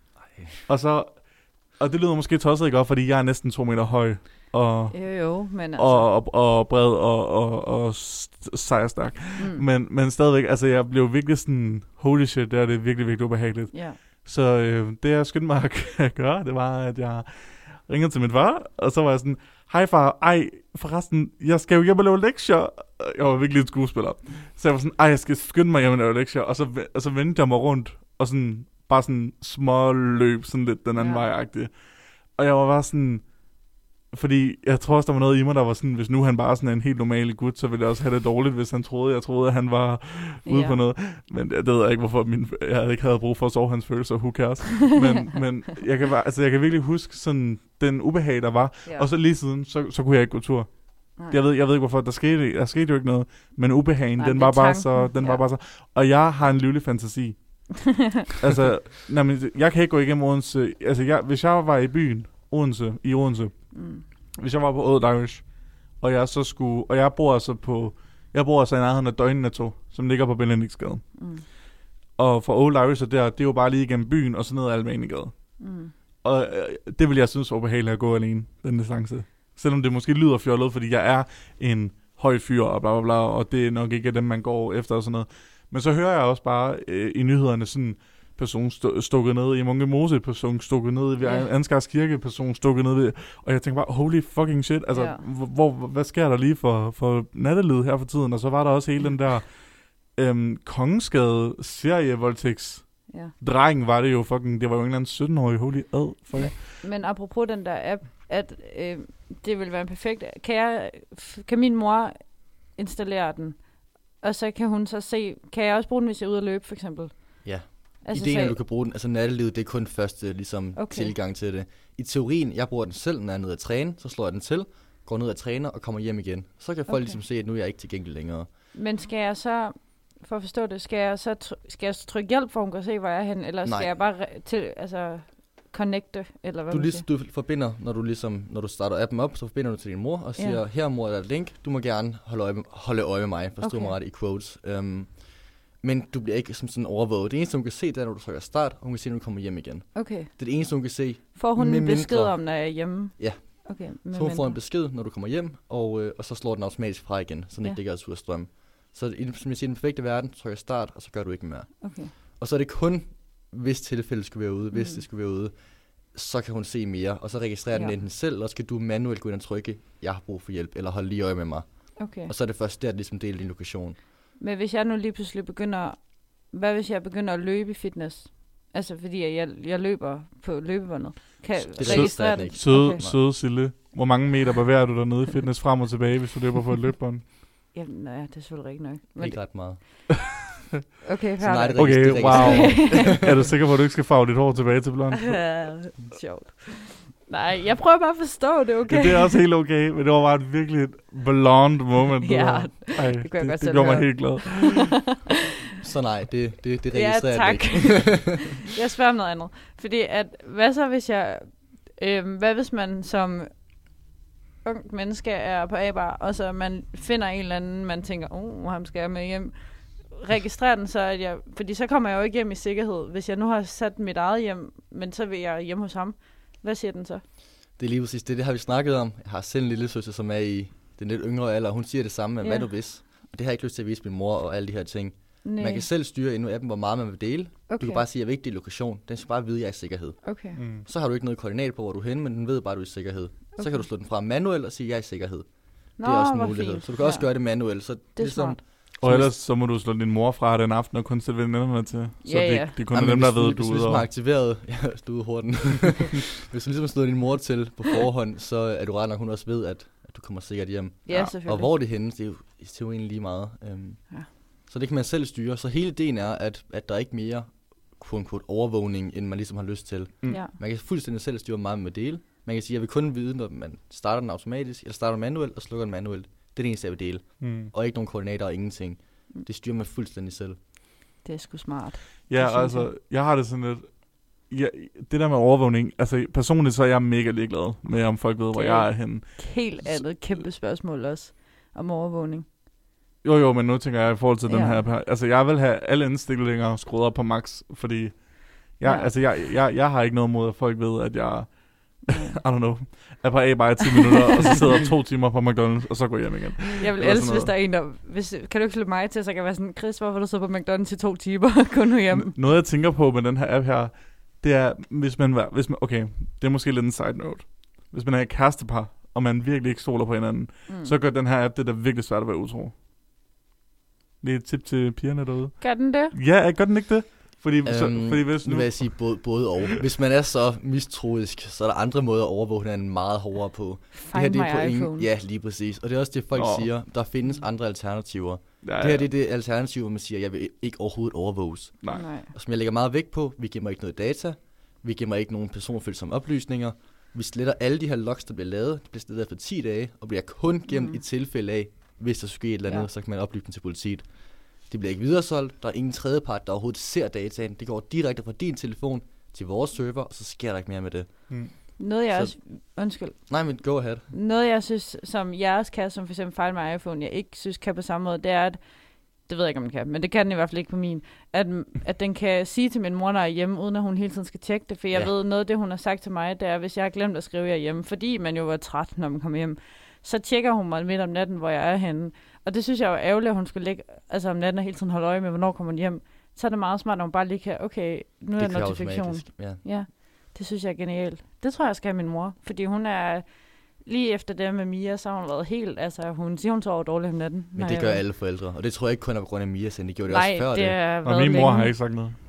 Og det lyder måske tosset ikke op, fordi jeg er næsten 2 meter høj. Men altså. Og bred og sejrstærk. Men stadigvæk, altså jeg blev virkelig sådan, holy shit, det er virkelig, virkelig ubehageligt. Yeah. Så det jeg skyndte mig at gøre, det var, at jeg ringede til min far, og så var jeg sådan, hej far, forresten, jeg skal jo hjem og lave lektier. Jeg var virkelig en skuespiller. Så jeg var sådan, jeg skal skynde mig hjem og lave lektier, og så vendte jeg mig rundt, og sådan, bare sådan små løb, sådan lidt den anden vej-agtig. Og jeg var bare sådan, fordi jeg tror også, der var noget i mig, der var sådan, hvis nu han bare sådan en helt normal gut, så ville jeg også have det dårligt, hvis han troede, at han var ude på noget. Men det ved jeg ikke, hvorfor jeg ikke havde brug for at sove hans følelser, who cares. Men jeg kan virkelig huske sådan den ubehag, der var. Og så lige siden, så kunne jeg ikke gå tur. Jeg ved ikke, hvorfor. Der skete jo ikke noget. Men ubehagen, den var bare så. Og jeg har en livlig fantasi. Altså, jeg kan ikke gå igennem Odense. Altså, hvis jeg var i byen, Odense, hvis jeg var på Old Irish, og jeg bor altså i nærheden af Døgnetto, som ligger på Benediktsgade. Og fra Old Irish det er jo bare lige igennem byen, og så ned ad Albanegade. Og det vil jeg synes var behageligt at gå alene, den distance. Selvom det måske lyder fjollet, fordi jeg er en høj fyr, og bla bla bla, og det er nok ikke dem, man går efter og sådan noget. Men så hører jeg også bare i nyhederne sådan, person stukket ned i Munke Mose, person stukket ned i Ansgars Kirke, person stukket ned ved, og jeg tænkte bare, holy fucking shit, altså, hvad sker der lige for nattelivet her for tiden? Og så var der også hele den der Kongensgade serievoldtægts. Drengen var det jo fucking, det var jo en eller anden 17-årig, holy for jer. Men apropos den der app, at det vil være en perfekt, kan min mor installere den, og så kan hun så se, kan jeg også bruge den, hvis jeg er ude at løbe, for eksempel? Ja. Altså, ideen er, at du kan bruge den, altså nattelivet, det er kun første tilgang til det. I teorien, jeg bruger den selv, når jeg er nede at træne, så slår jeg den til, går ned og træner og kommer hjem igen. Så kan folk ligesom se, at nu er jeg ikke tilgængelig længere. Men skal jeg så, for at forstå det, skal jeg så trykke hjælp, for hun kan se, hvor jeg er henne, eller skal jeg bare connecte, eller hvad du forbinder, når du starter appen op, så forbinder du til din mor og siger, her mor, der er et link, du må gerne holde øje med mig, forstå mig ret i quotes. Men du bliver ikke som sådan overvåget. Det eneste, hun kan se, det er, når du trykker start, og hun kan se, når du kommer hjem igen. Okay. Det er det eneste, hun kan se. Får hun en besked om, når jeg er hjemme? Ja. Okay. Så hun får en besked, når du kommer hjem, og så slår den automatisk fra igen, så den ikke ligger sur strøm. Så som jeg siger, i den perfekte verden, trykker start, og så gør du ikke mere. Okay. Og så er det kun, hvis tilfældet skulle være ude, hvis det skulle være ude, så kan hun se mere, og så registrerer den enten selv, eller skal du manuelt gå ind og trykke, jeg har brug for hjælp, eller hold lige øje med mig. Okay. Og så er det først der, ligesom deler din lokation. Men hvis jeg nu lige pludselig hvad hvis jeg begynder at løbe i fitness? Altså fordi jeg løber på løbebåndet. Kan registrere det? Søde Sille. Hvor mange meter bevæger du dernede i fitness frem og tilbage, hvis du løber på et løbebånd? Jamen, det er selvfølgelig ikke nok. Men ikke ret meget. Okay, færdig. Okay, wow. Er du sikker på, at du ikke skal farve dit hår tilbage til blond? Sjovt. Nej, jeg prøver bare at forstå det, okay? Ja, det er også helt okay, men det var bare et virkelig blonde moment. Ja, det kunne jeg godt selv. Det gjorde mig helt glad. Så nej, det registrerer jeg ikke. Jeg spørger om noget andet. Fordi, hvad så hvis hvad hvis man som ung menneske er på A-bar, og så man finder en eller anden, man tænker, ham skal jeg med hjem. Registrerer den så, fordi så kommer jeg jo ikke hjem i sikkerhed. Hvis jeg nu har sat mit eget hjem, men så vil jeg hjem hos ham. Hvad siger den så? Det er lige præcis det har vi snakket om. Jeg har selv en lille søster, som er i den lidt yngre alder. Hun siger det samme, hvad du vidste. Og det har jeg ikke lyst til at vise min mor og alle de her ting. Nej. Man kan selv styre inde i appen, hvor meget man vil dele. Okay. Du kan bare sige, at jeg er vigtig lokation. Den skal bare vide, at jeg er i sikkerhed. Okay. Så har du ikke noget koordinat på, hvor du er henne, men den ved bare, at du er i sikkerhed. Okay. Så kan du slå den fra manuelt og sige, at jeg er i sikkerhed. Det er også en mulighed. Fint. Så du kan også gøre det manuelt. Så det er smart. Og ellers så må du slå din mor fra den aften og kun sætte veninderne til. Så det kun er dem, der ved, du er ude. Hvis du er aktiveret, du er ude hurtigt. Hvis du ligesom slår din mor til på forhånd, så er du ret nok, hun også ved, at du kommer sikkert hjem. Ja, selvfølgelig. Og hvor det er henne, det er jo egentlig lige meget. Så det kan man selv styre. Så hele ideen er, at der er ikke mere overvågning, end man ligesom har lyst til. Ja. Man kan fuldstændig selv styre meget med dele. Man kan sige, at jeg vil kun vide, når man starter den automatisk, eller starter manuelt og slukker den manuelt. Det er det eneste, jeg vil dele. Og ikke nogen koordinater og ingenting. Det styrer man fuldstændig selv. Det er sgu smart. Ja, altså, jeg har det sådan lidt... Ja, det der med overvågning, altså personligt så er jeg mega ligeglad med, om folk ved, hvor jeg er henne. Helt andet kæmpe spørgsmål også om overvågning. Jo, men nu tænker jeg i forhold til den her... Altså, jeg vil have alle indstillinger skruet op på max, fordi... Jeg har ikke noget mod, at folk ved, at jeg... I don't know. Er på A-bar i 10 minutter, og så sidder 2 timer på McDonald's, og så går jeg hjem igen. Jeg vil elske, hvis der er en, der... kan du ikke slutte mig til, så kan jeg være sådan, Chris, hvorfor du sidder på McDonald's i 2 timer? Gå nu hjem. Noget, jeg tænker på med den her app her, det er, hvis man okay, det er måske lidt en side note. Hvis man er et kærestepar, og man virkelig ikke stoler på hinanden, så gør den her app det, der er virkelig svært at være utro. Det er et tip til pigerne derude. Gør den det? Ja, gør den ikke det? Fordi hvis nu vil jeg sige både og. Hvis man er så mistroisk, så er der andre måder at overvåge hinanden meget hårdere på. Find det her, det er på ja, lige præcis. Og det er også det, folk siger. Der findes andre alternativer. Ja. Det her det er det alternativ, hvor man siger, jeg vil ikke overhovedet overvåges. Nej. Og som jeg lægger meget vægt på, vi gemmer ikke noget data. Vi gemmer ikke nogen personfølsomme oplysninger. Vi sletter alle de her logs, der bliver lavet. De bliver slettet efter 10 dage, og bliver kun gemt i tilfælde af, hvis der sker et eller andet, så kan man oplyse den til politiet. Det bliver ikke videresolgt. Der er ingen tredjepart, der overhovedet ser dataen. Det går direkte fra din telefon til vores server, og så sker der ikke mere med det. Noget jeg også... Undskyld. Nej, men go ahead. Noget jeg synes, som jeres kan, som for eksempel Find My iPhone, jeg ikke synes kan på samme måde, det er, at... Det ved jeg ikke, om den kan, men det kan den i hvert fald ikke på min. At den kan sige til min mor, når jeg er hjemme, uden at hun hele tiden skal tjekke det. For jeg ved, noget af det, hun har sagt til mig, det er, hvis jeg har glemt at skrive, jeg er hjemme, fordi man jo var træt, når man kom hjem, så tjekker hun mig midt om natten, hvor jeg er henne. Og det synes jeg jo er ærgerligt, at hun skulle ligge om natten og hele tiden holde øje med, hvornår kommer hun hjem. Så er det meget smart, at hun bare lige kan, okay, nu er der notifikation. Ja, det synes jeg er genialt. Det tror jeg skal have min mor, fordi hun er... Lige efter det med Mia, så har hun været helt... Altså, hun siger, hun sover dårligt om natten. Men det gør alle forældre. Og det tror jeg ikke kun er på grund af Mia, så de gjorde det også før det. Og min mor har ikke sagt noget.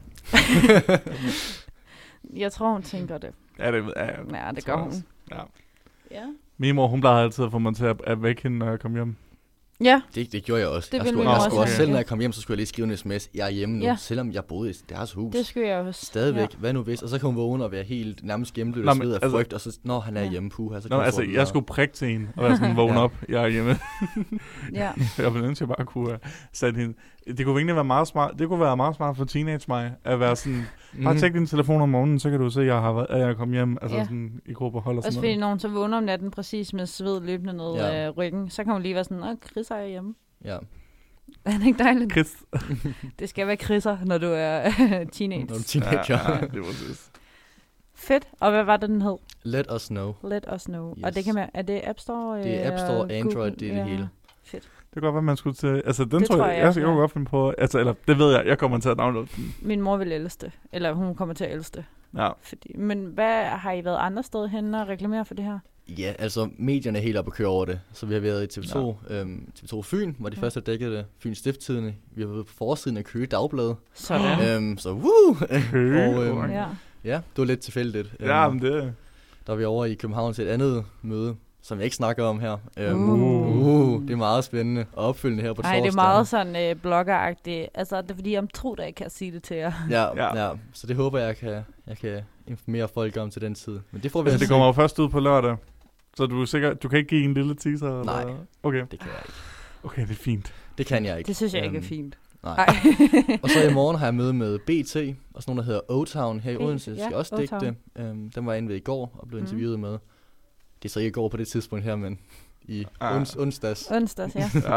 Jeg tror, hun tænker det. Ja, det gør hun. Ja. Min mor, hun plejer altid at få mig til at vække hende, når jeg kom hjem. Ja. Det gjorde jeg også. Det jeg skulle også, selv ja. når jeg kom hjem, så skulle jeg lige skrive en sms. Jeg er hjemme nu, selvom jeg boede i deres hus. Det skulle jeg også. Stadigvæk, hvad nu hvis? Og så kom hun vågne og være helt nærmest gennemblødt og sved af frygt, og så, han er hjemme, puha. Jeg skulle prikke til hende, og være sådan, vågne op, jeg er hjemme. Ja. Jeg ville ønske, jeg bare kunne have sat hende. Det kunne egentlig være meget smart. Det kunne være meget smart for teenage mig, at være sådan, bare tjek din telefon om morgenen, så kan du se, at jeg er kommet hjem, altså sådan i grupper hold og sådan noget. Også fordi nogen så vågner om natten præcis med sved løbende ned af ryggen, så kan hun lige være sådan, Chris er hjemme. Ja. Er det ikke dejligt? Chris. Det skal være Chris'er, når du er teenager. Når du er teenager. Ja, det var det. Fedt. Og hvad var det, den hed? Let Us Know. Let Us Know. Yes. Og det kan man, er det App Store? Det er App Store, Android, det er det hele. Fedt. Det kan godt være, man skulle til... Altså, den tror jeg kunne godt finde på... Altså, eller, det ved jeg kommer til at downloade den. Min mor vil elske det. Eller hun kommer til at elske det. Ja. Men hvad har I været andre steder henne og reklamere for det her? Ja, altså medierne er helt oppe at køre over det. Så vi har været i TV2, TV2 Fyn, hvor de første dækkede det. Fyns Stiftstidende. Vi har været på forsiden af Køge Dagblad. Sådan. Så woo! Og, ja, det var lidt tilfældigt. Ja, men det... Der er vi over i København til et andet møde, som jeg ikke snakker om her. Det er meget spændende og opfølgende her på torsdag. Nej, det er meget sådan bloggeragtigt. Altså, det er fordi, jeg tror da, jeg kan sige det til jer. Ja. Så det håber jeg kan informere folk om til den tid. Men det får vi det kommer jo først ud på lørdag. Så du er sikker, du kan ikke give en lille teaser? Nej, eller? Okay. Det kan jeg ikke. Okay, det er fint. Det kan jeg ikke. Det synes jeg ikke er fint. Nej. Og så i morgen har jeg møde med BT, og sådan nogen, der hedder O-Town her i Odense. Skal også digte. Den var jeg inde ved i går og blev interviewet med. Det er så ikke i går på det tidspunkt her, men i onsdags. Onsdags,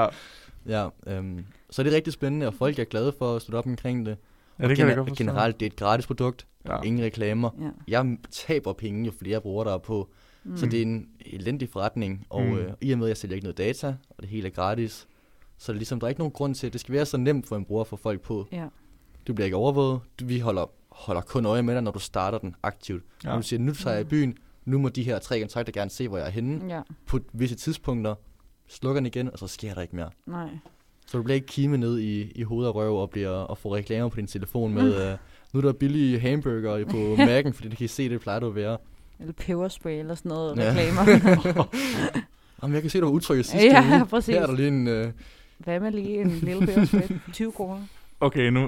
ja. Så det er rigtig spændende, og folk er glade for at støtte op omkring det. Ja, det kan jeg godt forstå. Generelt, det er et gratis produkt. Ingen reklamer. Ja. Jeg taber penge, jo flere brugere der er på. Så det er en elendig forretning, og i og med, at jeg sælger ikke noget data, og det hele er gratis, så ligesom, der er ikke nogen grund til, at det skal være så nemt for en bruger at få folk på. Ja. Du bliver ikke overvåget. Vi holder kun øje med dig, når du starter den aktivt. Når du siger, nu tager jeg i byen, nu må de her 3 kontakter gerne se, hvor jeg er henne. På visse tidspunkter slukker den igen, og så sker der ikke mere. Nej. Så du bliver ikke kimet ned i hoved og røv og får reklamer på din telefon med, nu er der billige hamburger på Mac'en, fordi det kan I se, det plejer du at være. Eller peberspray eller sådan noget reklamer. Jamen, jeg kan se, du var utryg i sidste uge. Ja, præcis. Her er der lige en... Hvad med lige en lille peberspray? 20 kroner. Okay, nu...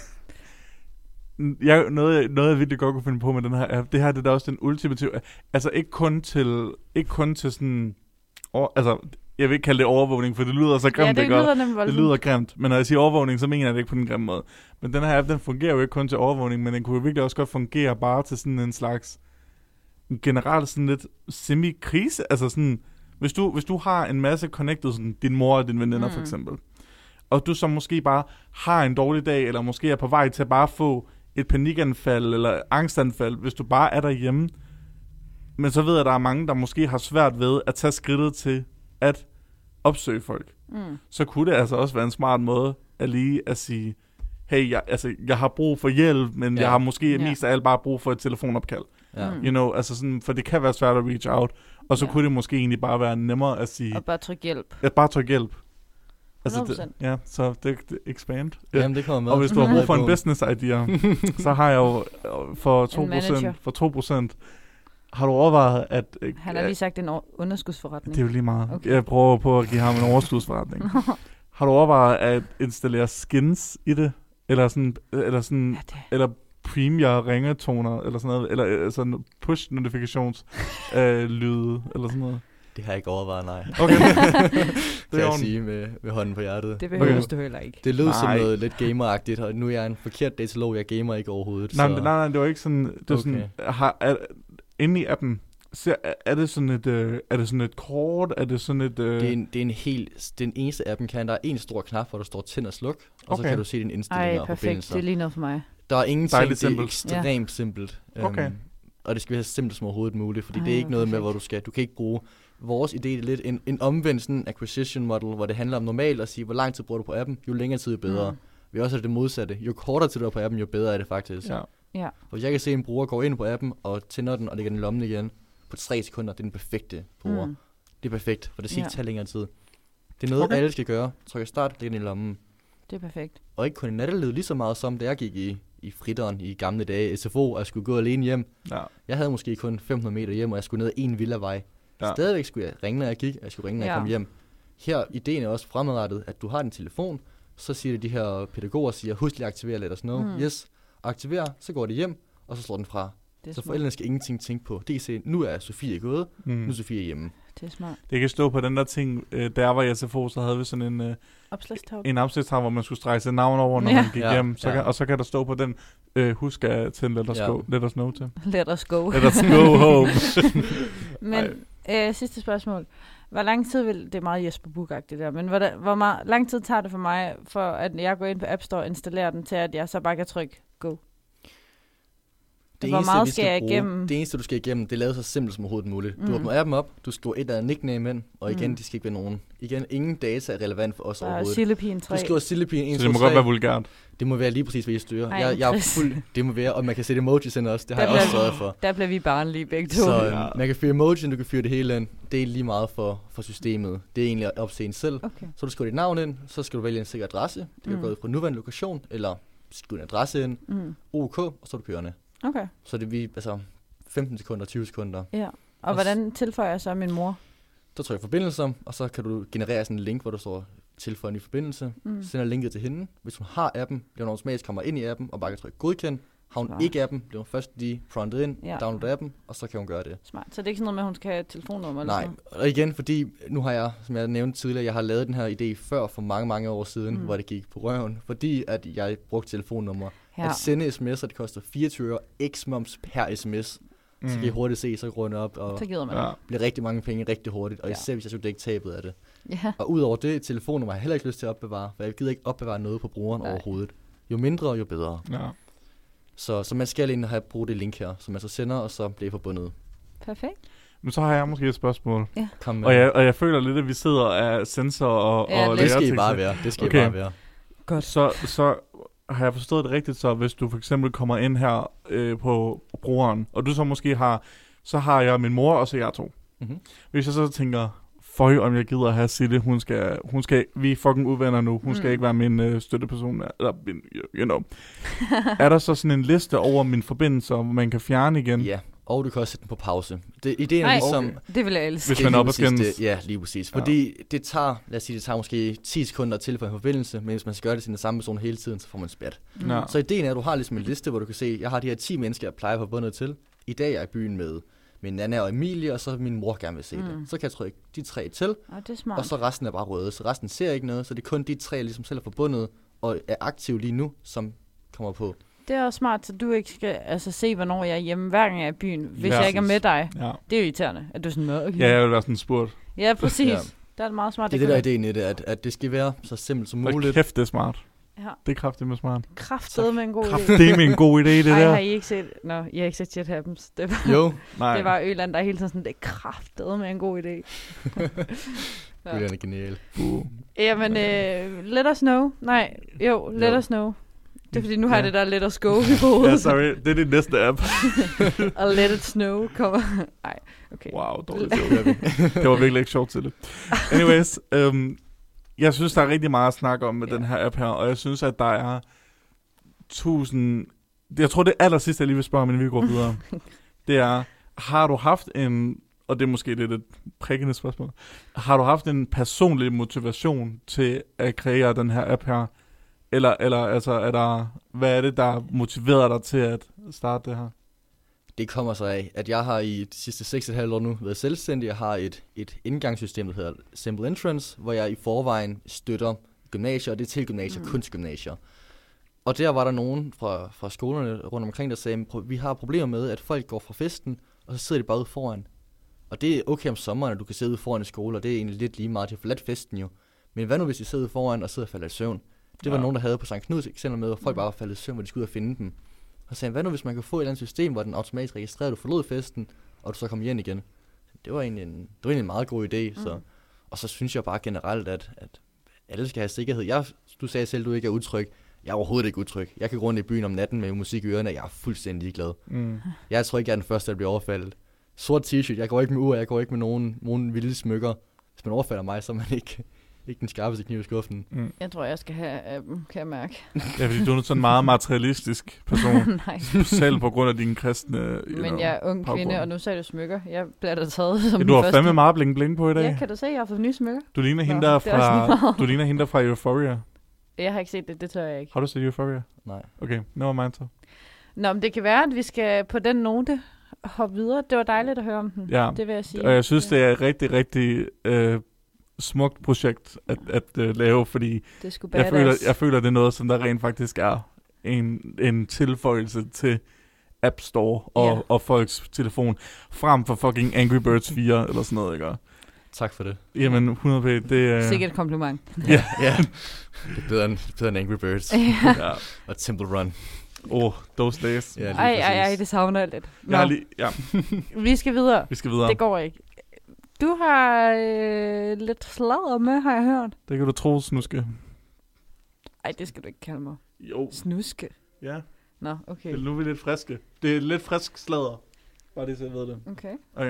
noget jeg virkelig godt kunne finde på med den her app, det her det er da også den ultimative... Altså, ikke kun til sådan... Altså, jeg vil ikke kalde det overvågning, for det lyder så grimt, det lyder grimt. Men når jeg siger overvågning, så mener jeg det ikke på den grimme måde. Men den her app, den fungerer jo ikke kun til overvågning, men den kunne virkelig også godt fungere bare til sådan en slags... generelt sådan lidt semi-krise. Altså sådan... Hvis du har en masse connected, sådan din mor og dine veninder for eksempel, og du så måske bare har en dårlig dag, eller måske er på vej til at bare få et panikanfald eller angstanfald, hvis du bare er derhjemme, men så ved jeg, at der er mange, der måske har svært ved at tage skridtet til at opsøge folk. Så kunne det altså også være en smart måde at sige, hey, jeg har brug for hjælp, men jeg har måske mest af alt bare brug for et telefonopkald. You know, altså sådan, for det kan være svært at reach out. Og så kunne det måske egentlig bare være nemmere at sige... Og bare tryk hjælp. Ja, bare tryk hjælp. Altså så det expand. Ja. Jamen, det kommer med. Og hvis du har brug for en business idea, så har jeg jo for 2%, har du overvejet, at... Han har lige sagt en underskudsforretning. Det er jo lige meget. Okay. Jeg prøver på at give ham en overskudsforretning. Har du overvejet at installere skins i det? Eller Premier ringetoner, eller sådan noget, eller sådan push notifications lyde, eller sådan noget. Det har jeg ikke overvejet, nej. Okay. Det kan jeg sige med hånden på hjertet. Det behøver du heller ikke. Det lød som noget lidt gameragtigt, og nu er jeg en forkert datalog, jeg gamer ikke overhovedet. Nej, det var ikke sådan, det var sådan, inde i appen, er det sådan et kort, er det sådan et... Det er den eneste appen kan, der er en stor knap, hvor der står tænd og sluk, og så kan du se dine indstillinger og forbindelser. Perfekt, det er lige noget for mig. Der er ingenting, det er ekstremt simpelt. Okay. Og det skal være så simpelt som overhovedet muligt, fordi det er ikke noget med, hvor du kan ikke bruge... Vores idé er lidt en omvendt sådan acquisition model, hvor det handler om normalt at sige, hvor lang tid bruger du på appen, jo længere tid, jo bedre. Vi også det modsatte. Jo kortere tid du er på appen, jo bedre er det faktisk. Ja. Og jeg kan se, en bruger går ind på appen og tænder den og lægger den i lommen igen på 3 sekunder. Det er den perfekte bruger. Det er perfekt, for det skal ikke tage længere tid. Det er noget, alle skal gøre. Trykker start, lægger den i lommen. Det er perfekt. Og ikke kun i nattelivet lige så meget som, da jeg gik i fritteren i gamle dage, SFO, og jeg skulle gå alene hjem. Ja. Jeg havde måske kun 500 meter hjem, og jeg skulle ned ad en villavej. Ja. Stadigvæk skulle jeg ringe, når jeg gik, og jeg skulle ringe, når jeg kom hjem. Her ideen er også fremadrettet, at du har din telefon, så siger de her pædagoger, husk lige at aktivere, let us know. Yes, aktiver, så går det hjem, og så slår den fra. Så forældrene skal ingenting tænke på. Det kan se, nu er Sofie gået, nu er Sofie hjemme. Det er smart. Det kan stå på den der ting, der var i SFO, så havde vi sådan en opslagstavle, hvor man skulle strække sit navn over, når man gik hjem. Og så kan der stå på den, husk at tænde let us know til. Let us go. Let us go home. Men sidste spørgsmål. Hvor lang tid vil, det er meget Jesper Buch-agtigt der, men hvor lang tid tager det for mig, for at jeg går ind på App Store og installerer den, til at jeg så bare kan trykke go? Det eneste, du skal igennem, det er lavet så simpelt som overhovedet muligt. Du åbner appen op, du skriver et eller andet nickname ind, og igen, de skal ikke være nogen. Igen, ingen data er relevant for os overhovedet. Sillepin 3. Du skriver Sillepin 1, 2, 3. Så det må godt være vulgært. Det må være lige præcis, hvad I styrer. Jeg er fuld, det må være, og man kan sætte emojis ind også. Det har jeg også sørget for. Der bliver vi barnlige begge to. Så man kan fyre emojis, du kan fyre det hele ind. Det er lige meget for systemet. Det er egentlig op til en selv. Okay. Så du skriver dit navn ind, så skal du vælge en sikker adresse. Det kan gå ud fra nuværende lokation, eller skrive en adresse ind. OK, og så er du kørende. Okay. Så det er 15 sekunder, 20 sekunder. Ja. Og hvordan tilføjer jeg så min mor? Der trykker forbindelser, og så kan du generere sådan en link, hvor du står tilføje en ny forbindelse. Sender linket til hende. Hvis hun har appen, bliver hun automatisk kommer ind i appen, og bare kan trykke godkend. Har hun ikke appen, bliver hun først lige frontet ind, downloader appen, og så kan hun gøre det. Smart. Så det er ikke sådan noget med, at hun skal have et telefonnummer? Nej, og igen, fordi nu har jeg, som jeg nævnte tidligere, jeg har lavet den her idé før for mange, mange år siden, hvor det gik på røven, fordi at jeg brugte telefonnummer. Ja. At sende sms'er, det koster 24 øre x-moms per sms. Så kan I hurtigt se, så runde op, og bliver rigtig mange penge rigtig hurtigt, og især hvis jeg skulle dække tabet af det. Ja. Og udover det, telefonnummer har jeg heller ikke lyst til at opbevare, for jeg gider ikke opbevare noget på brugeren overhovedet. Jo mindre, jo bedre. Ja. Så man skal egentlig have brugt det link her, som man så sender, og så bliver forbundet. Perfekt. Men så har jeg måske et spørgsmål. Ja. Og jeg føler lidt, at vi sidder af sensor og det skal I bare være. Det skal I bare være. Godt. Så har jeg forstået det rigtigt, så hvis du for eksempel kommer ind her på brugeren, og du så måske så har jeg min mor, og så jeg to. Mm-hmm. Hvis jeg så tænker, om jeg gider have Sille, hun skal, vi er fucking uvenner nu, hun skal ikke være min støtteperson, eller min, Er der så sådan en liste over mine forbindelser, hvor man kan fjerne igen? Ja, og du kan også sætte den på pause. Ideen er ligesom... Det vil jeg elske. Hvis man op og skændes. Ja, lige præcis. Fordi det tager, lad os sige, det tager måske 10 sekunder til for en forbindelse, men hvis man skal gøre det til den samme person hele tiden, så får man spjat. Ja. Så ideen er, at du har ligesom en liste, hvor du kan se, jeg har de her 10 mennesker, jeg plejer forbundet til. I dag er jeg i byen med Nana og Emilie, og så min mor gerne vil se det. Så kan jeg trykke de 3 til, og så resten er bare røde. Så resten ser ikke noget, så det er kun de 3, ligesom selv er forbundet og er aktive lige nu, som kommer på. Det er også smart, så du ikke skal se, hvornår jeg er hjemme, hver gang jeg er i byen, hvis jeg ikke er med dig. Ja. Det er jo irriterende, at du er sådan, okay. Ja, jeg vil være sådan spurgt. Ja, præcis. Ja. Der er det meget smart. Det er det, der ideen i det, at det skal være så simpelt som muligt. Kæft, det er smart. Ja. Det er kraftigt med smart. Kraftigt med en god idé. Kraftigt med en god idé, det der. Ej, har I ikke set... Nå, I har ikke set Chet Happens. Det var, jo. Nej. Det var Øland, der hele tiden sådan, det er kraftigt med en god idé. Øland er genial. Jamen, let us know. Nej, let us know. Det er fordi, nu har jeg det der let us go i hovedet. Ja, sorry. Det er din næste app. Og let it snow kommer... Nej, okay. Wow, dårligt. Det var virkelig ikke sjovt til det. Anyways, jeg synes, der er rigtig meget at snakke om med den her app her, og jeg synes, at der er 1000... Jeg tror, det aller sidste, jeg lige vil spørge, men vi går videre. Det er, har du haft en... Og det er måske lidt et prikkende spørgsmål. Har du haft en personlig motivation til at kreere den her app her? Eller altså, hvad er det, der motiverer dig til at starte det her? Det kommer så af, at jeg har i de sidste 6,5 år nu været selvstændig. Jeg har et indgangssystem, der hedder Simple Entrance, hvor jeg i forvejen støtter gymnasier, og det er til gymnasier, kunstgymnasier. Og der var der nogen fra skolerne rundt omkring, der sagde, at vi har problemer med, at folk går fra festen, og så sidder de bare ude foran. Og det er okay om sommeren, at du kan sidde ude foran i skole, og det er egentlig lidt lige meget til at forlade festen jo. Men hvad nu, hvis de sidder foran og sidder og falder i søvn? Det var nogen, der havde på Sankt Knuds eksempel med, hvor folk bare var faldet i søvn, hvor de skulle ud og finde dem. Og sagde, hvad nu hvis man kan få et eller andet system, hvor den automatisk registrerer, at du forlod festen, og du så kommer hjem igen. Det var egentlig en meget god idé. Så. Og så synes jeg bare generelt, at alle skal have sikkerhed. Du sagde selv, at du ikke er utryg. Jeg er overhovedet ikke utryg. Jeg kan gå rundt i byen om natten med musik i ørerne, og jeg er fuldstændig ligeglad. Jeg tror ikke, jeg er den første, der bliver overfaldet. Sort t-shirt, jeg går ikke med ur, jeg går ikke med nogen vilde smykker. Hvis man overfalder mig, så er man ikke Ikke den skarpeste kniv i skuffen. Jeg tror, jeg skal have appen, kan jeg mærke. Ja, fordi du er sådan en meget materialistisk person. Nej. Selv på grund af din kristne... Men jeg er ung kvinde, og nu sagde du smykker. Jeg bliver da taget som du har fandme meget bling på i dag. Ja, kan du se, jeg har fået nye smykker. Du ligner hende der fra Euphoria. Jeg har ikke set det tør jeg ikke. Har du set Euphoria? Nej. Okay, never mind så. Nå, men det kan være, at vi skal på den note hoppe videre. Det var dejligt at høre om den. Ja, det vil jeg sige. Og jeg synes, det er et rigtig, rigtig smukt projekt at lave, fordi jeg føler, det er noget, som der rent faktisk er en tilføjelse til App Store og folks telefon, frem for fucking Angry Birds 4 eller sådan noget, ikke? Tak for det. Jamen, 100 p. Det er... Sikkert et kompliment. Ja. Det er bedre end Angry Birds. Ja. Og Temple Run. Those days. Ja, ej, det savner jeg lidt. Ja. Vi skal videre. Det går ikke. Du har lidt sladder med, har jeg hørt. Det kan du tro, snuske. Ej, det skal du ikke kalde mig. Jo. Snuske? Ja. Nå, okay. Nu er vi lidt friske. Det er lidt frisk sladder. Bare det, så jeg ved det. Okay.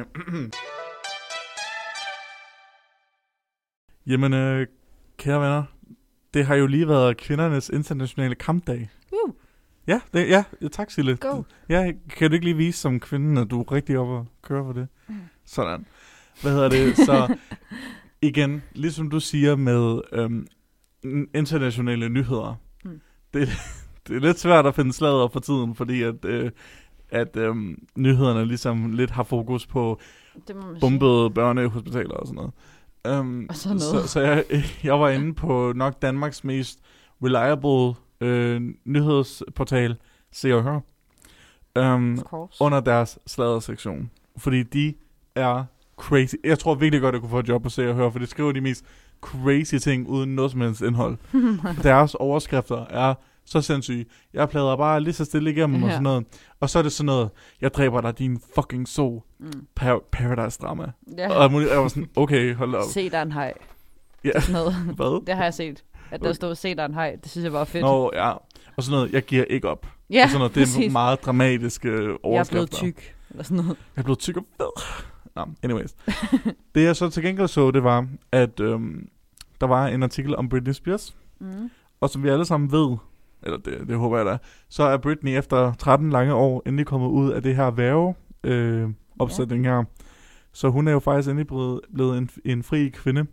Jamen, kære venner, det har jo lige været kvindernes internationale kampdag. Ja, tak Sille. Go. Ja, kan du ikke lige vise som kvinde, at du er rigtig oppe og kører for det? Sådan. Hvad hedder det? Så igen, ligesom du siger med internationale nyheder, det er lidt svært at finde sladder for tiden, fordi at nyhederne ligesom lidt har fokus på bombede børnehospitaler og sådan noget. Så jeg var inde på nok Danmarks mest reliable nyhedsportal, Se og Hør, under deres sladdersektion. Fordi de er crazy. Jeg tror virkelig godt, at jeg kunne få et job på Se og Hør, for de skriver de mest crazy ting uden noget som helst indhold. Deres overskrifter er så sindssyge. Jeg plader bare lige så stille igennem og sådan noget. Og så er det sådan noget, jeg dræber dig, din fucking so. Paradise drama. Og jeg var sådan, okay, hold op. Se dig en hej. Ja. Hvad? Det har jeg set. At der stod, se dig en hej. Det synes jeg var fedt. Nå, ja. Og sådan noget, jeg giver ikke op. Ja, og sådan noget, det er meget dramatiske overskrifter. Jeg er blevet tyk. Eller sådan noget. Jeg er blevet tyk og fed. Nå, anyways. Det jeg så til gengæld så, det var, at der var en artikel om Britney Spears. Og som vi alle sammen ved, eller det håber jeg da, så er Britney efter 13 lange år endelig kommet ud af det her værgeopsætning her. Så hun er jo faktisk endelig blevet en fri kvinde.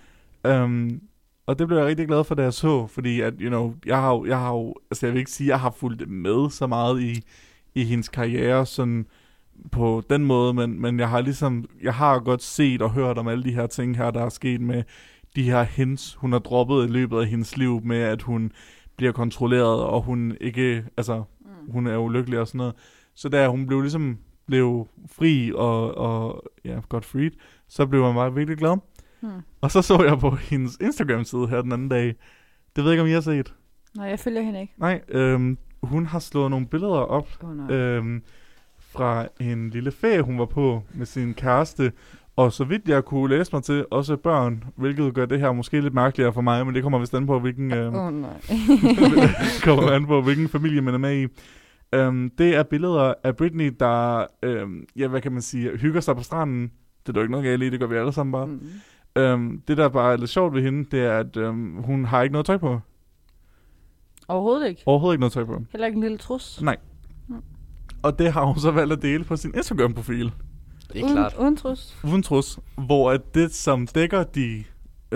Og det blev jeg rigtig glad for, da jeg så, fordi at, jeg har jo, altså jeg vil ikke sige, at jeg har fulgt med så meget i hendes karriere, sådan på den måde, men jeg har godt set og hørt om alle de her ting her, der er sket med de her hints, hun har droppet i løbet af hendes liv, med at hun bliver kontrolleret, og hun ikke, altså, hun er ulykkelig og sådan noget. Så da hun blev fri og got freed, så blev jeg bare virkelig glad. Og så jeg på hendes Instagram-side her den anden dag. Det ved jeg ikke, om I har set. Nej, jeg følger hende ikke. Nej, hun har slået nogle billeder op fra en lille ferie, hun var på med sin kæreste. Og så vidt jeg kunne læse mig til, også børn, hvilket gør det her måske lidt mærkeligere for mig, men det kommer vist an på, hvilken kommer an på, hvilken familie man er med i. Det er billeder af Britney, der, hvad kan man sige, hygger sig på stranden. Det er jo ikke noget galt i, det gør vi alle sammen bare. Det, der bare er lidt sjovt ved hende, det er, at hun har ikke noget tøj på. Overhovedet ikke? Overhovedet ikke noget tøj på. Heller ikke en lille trus? Nej. Og det har hun så valgt at dele på sin Instagram-profil. Det er klart. Uden trus? Uden trus. Hvor at det, som dækker de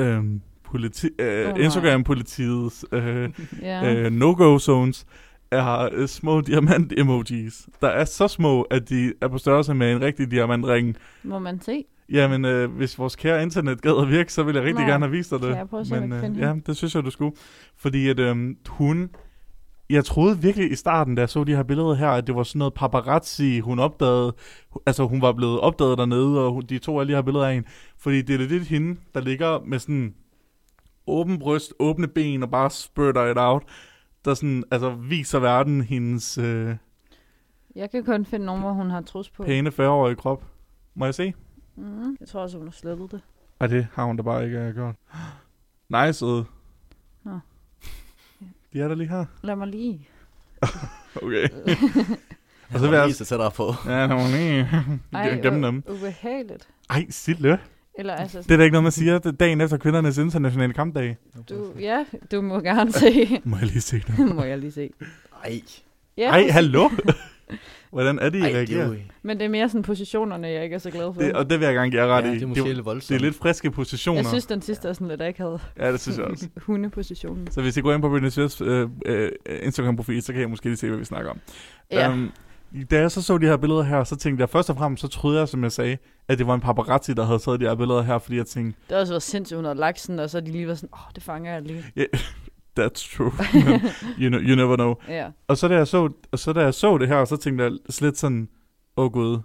Instagram-politiets no-go-zones, er små diamant-emojis. Der er så små, at de er på størrelse med en rigtig diamantring. Må man se? Jamen, hvis vores kære internet gad at virke, så vil jeg rigtig gerne have vist dig det. Kan jeg prøve at se, ja, det synes jeg, du skulle. Fordi at hun... Jeg troede virkelig i starten, da jeg så de her billeder her, at det var sådan noget paparazzi, hun opdagede. Altså, hun var blevet opdaget dernede, og de tog alle de her billeder af hende. Fordi det er lidt hende, der ligger med sådan åben bryst, åbne ben og bare spurter it out. Der sådan, altså, viser verden hendes... Jeg kan kun finde nogen, hvor hun har trus på. Pæne 40-årige krop. Må jeg se? Jeg tror også, hun har slettet det. Ej, det har hun da bare ikke gjort. Nice. Nå. De er der lige her. Lad mig lige. Okay. Og så vil jeg lige så tættere på. Ja, lad mig lige gemme dem. Ubehageligt. Ej, Sille. Eller, altså, det er da ikke noget, man siger dagen efter kvindernes internationale kampdag. Du må gerne se. Må jeg lige se det? Må jeg lige se. Ej. Ja, ej, hallo? Hvordan er det, I reagerer? Men det er mere sådan positionerne, jeg ikke er så glad for. Og det vil jeg gerne give ret i. Det er måske lidt voldsomt. Det er lidt friske positioner. Jeg synes, den sidste er sådan lidt akavet. Ja, det synes jeg også. Hundepositionen. Så hvis I går ind på Britney Spears Instagram-profil, så kan jeg måske lige se, hvad vi snakker om. Ja. Da jeg så de her billeder her, så tænkte jeg først og fremmest, så troede jeg, som jeg sagde, at det var en paparazzi, der havde taget de her billeder her, fordi jeg tænkte... Det har også været sindssygt, hun havde lagt sådan, og så de lige var sådan, det fanger jeg lige. Yeah, that's true. you never know. Yeah. Og så da jeg så det her, så tænkte jeg lidt sådan, gud,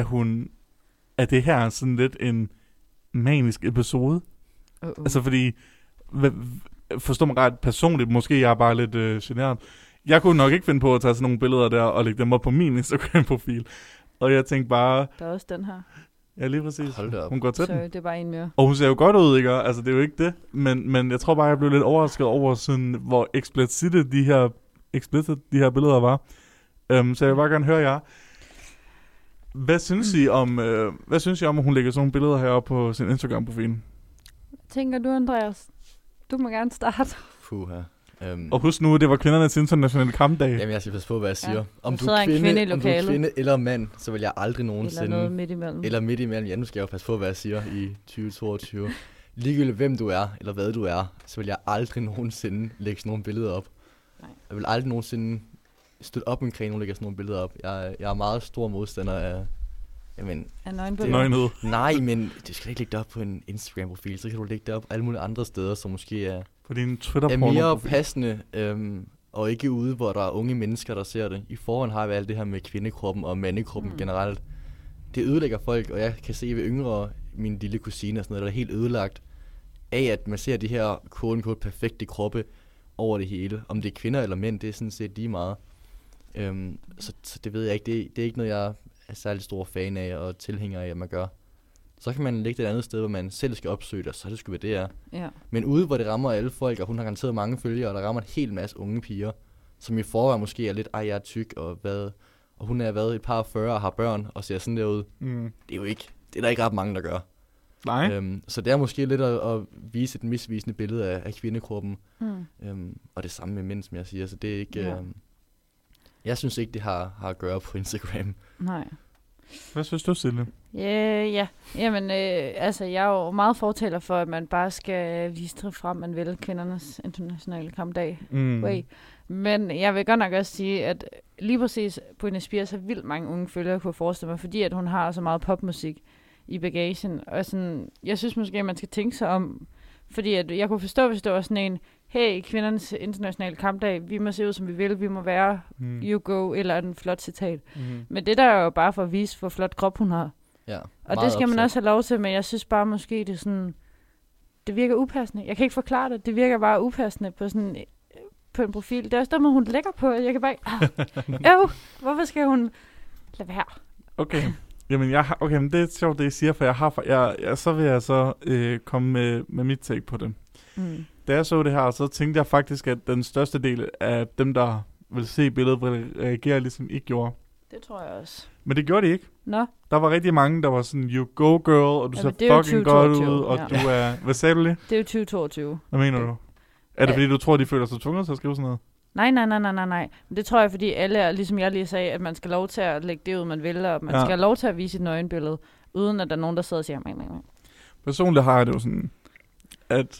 er det her sådan lidt en manisk episode? Altså fordi, forstår mig ret personligt, måske jeg er bare lidt generet. Jeg kunne nok ikke finde på at tage sådan nogle billeder der og lægge dem op på min Instagram-profil. Og jeg tænkte bare... Der er også den her. Ja, lige præcis. Hun går til den. Det er bare en mere. Og hun ser jo godt ud, ikke? Altså, det er jo ikke det. Men jeg tror bare, jeg blev lidt overrasket over, sådan, hvor explicite de her billeder var. Så jeg vil bare gerne høre jer. Hvad synes I om, at hun lægger sådan nogle billeder heroppe på sin Instagram-profil? Hvad tænker du, Andreas? Du må gerne starte. Puha. Og husk nu, det var kvindernes internationale kampdag. Jamen, jeg skal passe på, hvad jeg siger. Ja. Om du er kvinde eller mand, så vil jeg aldrig nogensinde... Eller noget midt imellem. Eller midt imellem. Ja, nu skal jeg jo passe på, hvad jeg siger i 2022. Ligegyldigt hvem du er, eller hvad du er, så vil jeg aldrig nogensinde lægge sådan nogle billeder op. Nej. Jeg vil aldrig nogensinde støtte op omkring, nogen lægger sådan nogle billeder op. Jeg er meget stor modstander af... Jamen, nøgenhed. Nej, men du skal ikke lægge det op på en Instagram-profil, så kan du lægge det op alle mulige andre steder, som måske er... På din Twitter-profil. Er mere passende, og ikke ude, hvor der er unge mennesker, der ser det. I forhånd har vi alt det her med kvindekroppen og mandekroppen generelt. Det ødelægger folk, og jeg kan se ved yngre, min lille kusine og sådan noget, der er helt ødelagt af, at man ser de her quote-unquote perfekte kroppe over det hele. Om det er kvinder eller mænd, det er sådan set lige meget. Så det ved jeg ikke. Det er ikke noget, jeg er særlig stor fan af og tilhænger af, at man gør. Så kan man lægge det et andet sted, hvor man selv skal opsøge det, og så er det sgu, hvad det er. Ja. Men ude, hvor det rammer alle folk, og hun har garanteret mange følgere, og der rammer en hel masse unge piger, som i forvejen måske er lidt, jeg er tyk, og hun er været et par 40 og har børn, og ser sådan der ud. Det er jo ikke, det er der ikke ret mange, der gør. Nej. Så det er måske lidt at vise et misvisende billede af kvindekroppen. Og det samme med mænd, som jeg siger, så det er ikke... Jeg synes ikke, det har at gøre på Instagram. Nej. Hvad synes du, Silje? Ja. Jamen, altså, jeg er jo meget fortaler for, at man bare skal vise det frem, man vil, kvindernes internationale kampdag. Men jeg vil godt nok også sige, at lige præcis Britney Spears har vildt mange unge følgere, kunne forestille mig, fordi at hun har så meget popmusik i bagagen. Og sådan, jeg synes måske, at man skal tænke sig om, fordi at jeg kunne forstå, hvis det var sådan en, hey, kvindernes internationale kampdag, vi må se ud, som vi vil, vi må være you go, eller en flot citat. Men det der er jo bare for at vise, hvor flot krop hun har. Ja, og det skal man også have lov til, men jeg synes bare måske, det er sådan, det virker upassende. Jeg kan ikke forklare det, det virker bare upassende på sådan, på en profil. Det er også der, hun lægger på, jeg kan bare ikke, hvorfor skal hun lade være? Okay. Jamen, men det er sjovt, det I siger, for så vil jeg komme med mit take på det. Da jeg så det her, så tænkte jeg faktisk, at den største del af dem, der vil se billedet, vil reagere ligesom I gjorde. Det tror jeg også. Men det gjorde de ikke. Nå. Der var rigtig mange, der var sådan, you go girl, og du ser fucking godt ud, og du er... Hvad sagde du lige? Det er jo 2022. Hvad mener du? Er det fordi, du tror, de føler sig tvunget til at skrive sådan noget? Nej. Men det tror jeg, fordi alle er, ligesom jeg lige sagde, at man skal lov til at lægge det ud, man vil, og man skal have lov til at vise et nøgenbillede, uden at der er nogen, der sidder og siger, nej. Personligt har jeg det jo sådan, at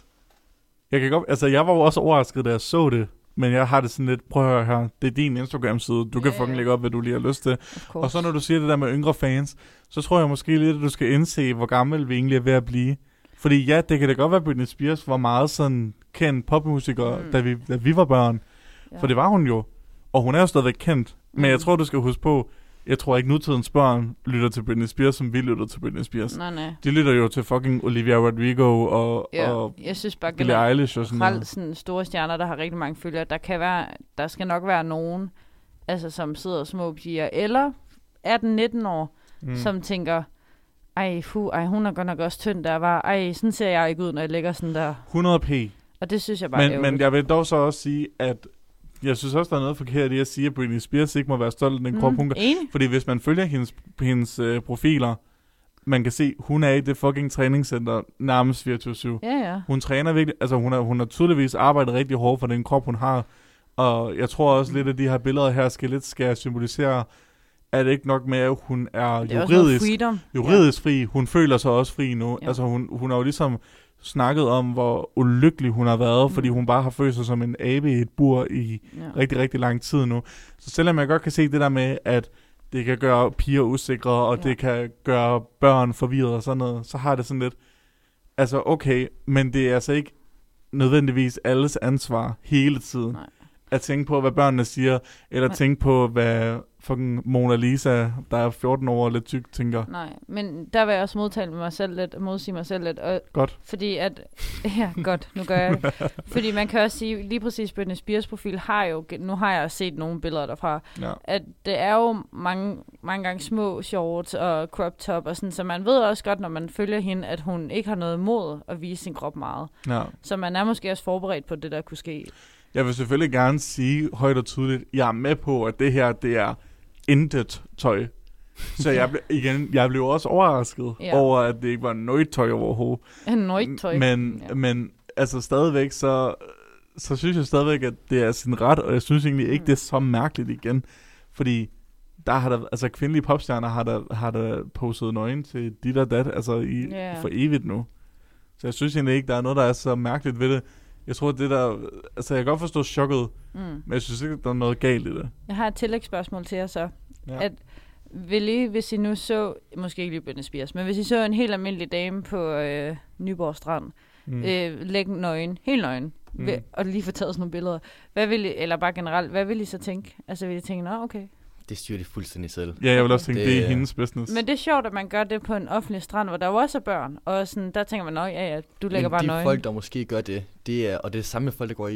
jeg var jo også overrasket, da jeg så det, men jeg har det sådan lidt, prøv at høre her, det er din Instagram-side, du kan fucking lægge op, hvad du lige har lyst til. Og så når du siger det der med yngre fans, så tror jeg måske lidt, at du skal indse, hvor gammel vi egentlig er ved at blive. Fordi ja, det kan da godt være, at Britney Spears var meget sådan kendt popmusiker, da vi var børn. Ja. For det var hun jo. Og hun er jo stadigvæk kendt. Men jeg tror, du skal huske på, jeg tror ikke nutidens børn lytter til Britney Spears, som vi lytter til Britney Spears. Nej. De lytter jo til fucking Olivia Rodrigo og jeg synes bare, Billie Eilish og sådan noget. Sådan store stjerner, der har rigtig mange følgere. Der skal nok være nogen, altså som sidder små piger, eller 18-19 år, som tænker, hun er godt nok også tynd der var. Sådan ser jeg ikke ud, når jeg lægger sådan der. 100p. Og det synes jeg bare men jeg vil dog så også sige, at jeg synes også, der er noget forkert i at sige, at Britney Spears ikke må være stolt af den krop, hun gør. Fordi hvis man følger hendes profiler, man kan se, hun er i det fucking træningscenter nærmest 24/7. Ja. Hun træner virkelig, altså hun har tydeligvis arbejdet rigtig hårdt for den krop, hun har. Og jeg tror også lidt, at de her billeder her skal symbolisere, at det ikke nok med, at hun er juridisk fri. Hun føler sig også fri nu. Ja. Altså hun har jo ligesom snakket om, hvor ulykkelig hun har været, fordi hun bare har følt sig som en abe i et bur i rigtig, rigtig lang tid nu. Så selvom jeg godt kan se det der med, at det kan gøre piger usikre, og det kan gøre børn forvirret og sådan noget, så har det sådan lidt, altså okay, men det er altså ikke nødvendigvis alles ansvar hele tiden. Nej. At tænke på, hvad børnene siger, eller tænke på, hvad fucking Mona Lisa, der er 14 år og lidt tyk, tænker. Nej, men der vil jeg også modsige mig selv lidt. Og godt. Fordi at, ja, godt, nu gør jeg det. Fordi man kan også sige, lige præcis Britney Spears profil har jo, nu har jeg set nogle billeder derfra, at det er jo mange gange små shorts og crop top og sådan, så man ved også godt, når man følger hende, at hun ikke har noget imod at vise sin krop meget. Ja. Så man er måske også forberedt på det, der kunne ske. Jeg vil selvfølgelig gerne sige højt og tydeligt, jeg er med på, at det her, det er intet tøj. Så jeg blev også overrasket over, at det ikke var nøjtøj overhovedet. Nøjtøj. Men altså stadigvæk, så synes jeg stadigvæk, at det er sin ret, og jeg synes egentlig ikke, det er så mærkeligt igen. Fordi der har der, altså kvindelige popstjerner har der postet nøgen til dit og dat, altså for evigt nu. Så jeg synes egentlig ikke, der er noget, der er så mærkeligt ved det. Jeg tror, det der... Altså, jeg kan godt forstå chokket, men jeg synes ikke, der er noget galt i det. Jeg har et tillægsspørgsmål til jer så. Ja. At vil I, hvis I nu så... Måske ikke lige Britney Spears, men hvis I så en helt almindelig dame på Nyborg Strand, lægge nøgen, helt nøgen, og lige få taget sådan nogle billeder, hvad vil I, eller bare generelt, hvad vil I så tænke? Altså, vil I tænke, okay... Det styrer det fuldstændig selv. Ja, jeg vil også tænke, det er hendes business. Men det er sjovt, at man gør det på en offentlig strand, hvor der jo også er børn. Og sådan, der tænker man, ja, du lægger bare nøgen. De folk, der måske gør det er, og det er samme folk, der går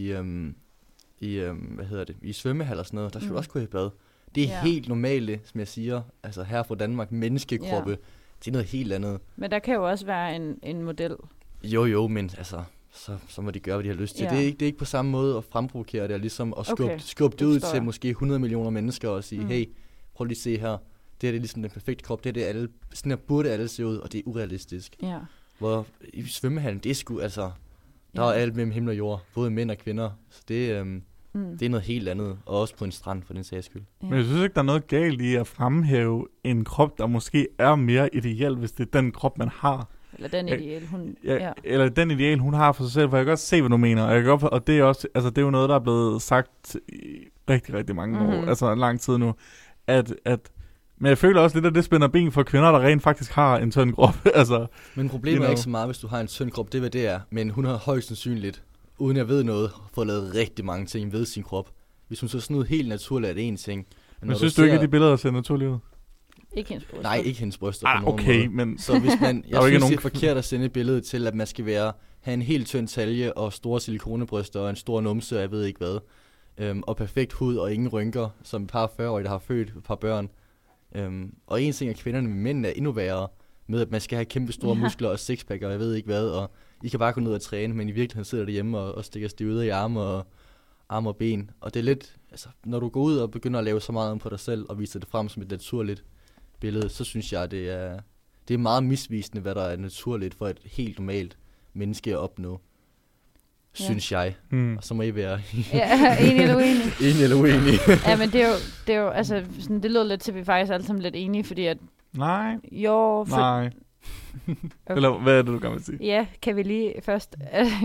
i svømmehal og sådan noget, der skal du også gå i bad. Det er helt normale, som jeg siger, altså her fra Danmark, menneskekroppe. Ja. Det er noget helt andet. Men der kan jo også være en model. Jo, men altså... Så må de gøre, hvad de har lyst til. Det er ikke på samme måde at fremprovokere det, og ligesom at skubbe det ud til måske 100 millioner mennesker og sige, hey, prøv lige at se her. Det her det er ligesom den perfekte krop. Det er det alle, sådan her burde alle se ud, og det er urealistisk. Ja. Hvor i svømmehallen, det er sgu, altså, der er alt mellem himmel og jord, både mænd og kvinder. Så det er noget helt andet, og også på en strand for den sags skyld. Ja. Men jeg synes ikke, der er noget galt i at fremhæve en krop, der måske er mere ideel, hvis det er den krop, man har. Eller den ideal, hun... Eller den ideal, hun har for sig selv, for jeg kan godt se, hvad du mener. Og det er også, altså det er jo noget, der er blevet sagt i rigtig, rigtig mange år, altså en lang tid nu, men jeg føler også lidt, at det spænder ben for kvinder, der rent faktisk har en tynd krop. Altså, men problemet er ikke så meget, hvis du har en tynd krop, det er hvad det er. Men hun har højst sandsynligt, uden jeg ved noget, fået lavet rigtig mange ting ved sin krop. Hvis hun så sådan ud helt naturligt, er det en ting. Men synes du ikke, at de billeder ser naturlige ud? Ikke hendes bryster. Nej, ikke hendes bryster på nogen måde. Men så hvis man, jeg synes, det er forkert at sende et billede til, at man skal have en helt tynd talje og store silikonebryster og en stor numse, og jeg ved ikke hvad. Og perfekt hud og ingen rynker, som et par 40-årige, der har født et par børn. Og en ting er kvinderne med mænd er endnu værre, med at man skal have kæmpe store muskler og sixpack og jeg ved ikke hvad, og I kan bare gå ned og træne, men i virkeligheden sidder derhjemme og stikker stivet i arme og ben. Og det er lidt, altså, når du går ud og begynder at lave så meget om på dig selv og viser det frem som et naturligt billede, så synes jeg, det er meget misvisende, hvad der er naturligt for et helt normalt menneske at opnå. Synes jeg. Og så må I være enig eller uenig. Enig eller uenig. Ja, men det er jo altså, sådan, det lyder lidt til, at vi faktisk alle sammen lidt enige, fordi at... Nej. Jo, nej. Okay. Eller hvad er det, du gerne vil sige? Ja, kan vi lige først...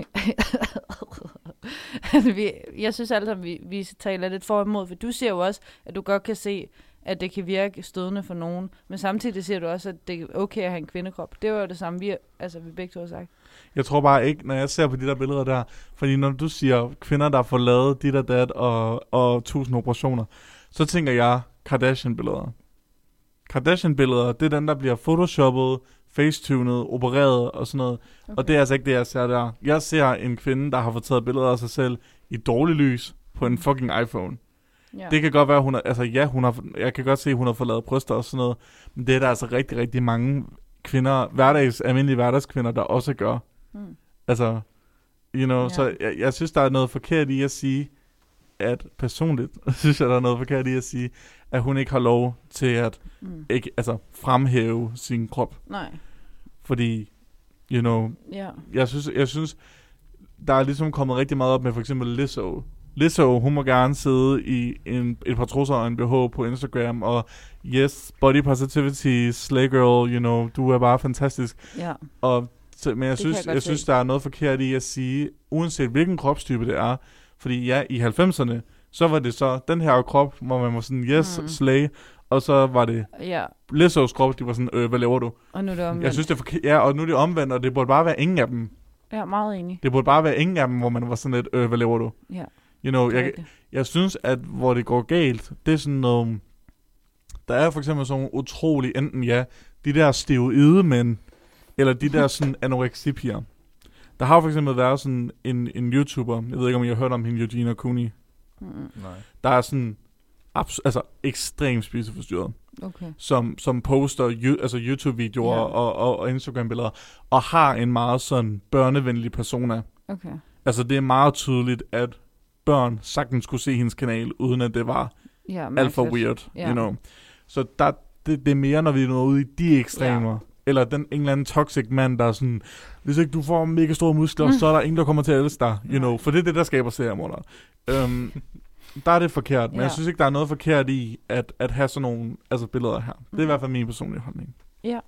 jeg synes alle sammen, vi taler lidt for imod, for du siger jo også, at du godt kan se, at det kan virke stødende for nogen, men samtidig siger du også, at det er okay at have en kvindekrop. Det var jo det samme, vi begge to har sagt. Jeg tror bare ikke, når jeg ser på de der billeder der, fordi når du siger kvinder, der får lavet dit og dat og 1000 operationer, så tænker jeg Kardashian-billeder. Kardashian-billeder, det er den, der bliver photoshoppet, facetunet, opereret og sådan noget. Okay. Og det er altså ikke det, jeg ser der. Jeg ser en kvinde, der har fået taget billeder af sig selv i dårlig lys på en fucking iPhone. Ja. Det kan godt være, hun har, altså ja, jeg kan godt se, hun har fået lavet bryster og sådan noget, men det er der altså rigtig, rigtig mange kvinder, almindelige hverdagskvinder, der også gør. Altså, så jeg synes, der er noget forkert i at sige, at personligt, synes jeg, der er noget forkert i at sige, at hun ikke har lov til at ikke, altså, fremhæve sin krop. Nej. Fordi, you know, jeg synes, der er ligesom kommet rigtig meget op med for eksempel Lizzo. Lizzo, hun må gerne sidde i et par trusser og en BH på Instagram, og yes, body positivity, slay girl, you know, du er bare fantastisk. Ja. Men jeg synes, der er noget forkert i at sige, uanset hvilken kropstype det er, fordi ja, i 90'erne, så var det så den her krop, hvor man var sådan, yes, slay, og så var det Lizzos krop, de var sådan, hvad laver du? Og nu er det omvendt. Jeg synes, det er forkert, ja, og nu er det omvendt, og det burde bare være ingen af dem. Ja, meget enig. Det burde bare være ingen af dem, hvor man var sådan lidt, hvad laver du? Ja. You know, jeg synes, at hvor det går galt, det er sådan noget, der er for eksempel sådan utrolig, enten de der steroide mænd, eller de der sådan anoreksipiger. Der har for eksempel været sådan en YouTuber, jeg ved ikke, om I har hørt om hende, Eugenia Cooney. Nej. Der er sådan ekstremt spiseforstyrret. Okay. Som poster YouTube-videoer og Instagram-billeder, og har en meget sådan børnevenlig persona. Okay. Altså det er meget tydeligt, at børn sagtens kunne se hendes kanal, uden at det var alt for weird, you know. Så det er mere, når vi er ude i de ekstremer. Ja. Eller en eller anden toxic mand, der er sådan, hvis ikke du får mega store muskler, så er der ingen, der kommer til at elske dig, you know. For det er det, der skaber seriemorder. Der er det forkert, men jeg synes ikke, der er noget forkert i at have sådan nogle billeder her. Det er i hvert fald min personlige holdning. Ja.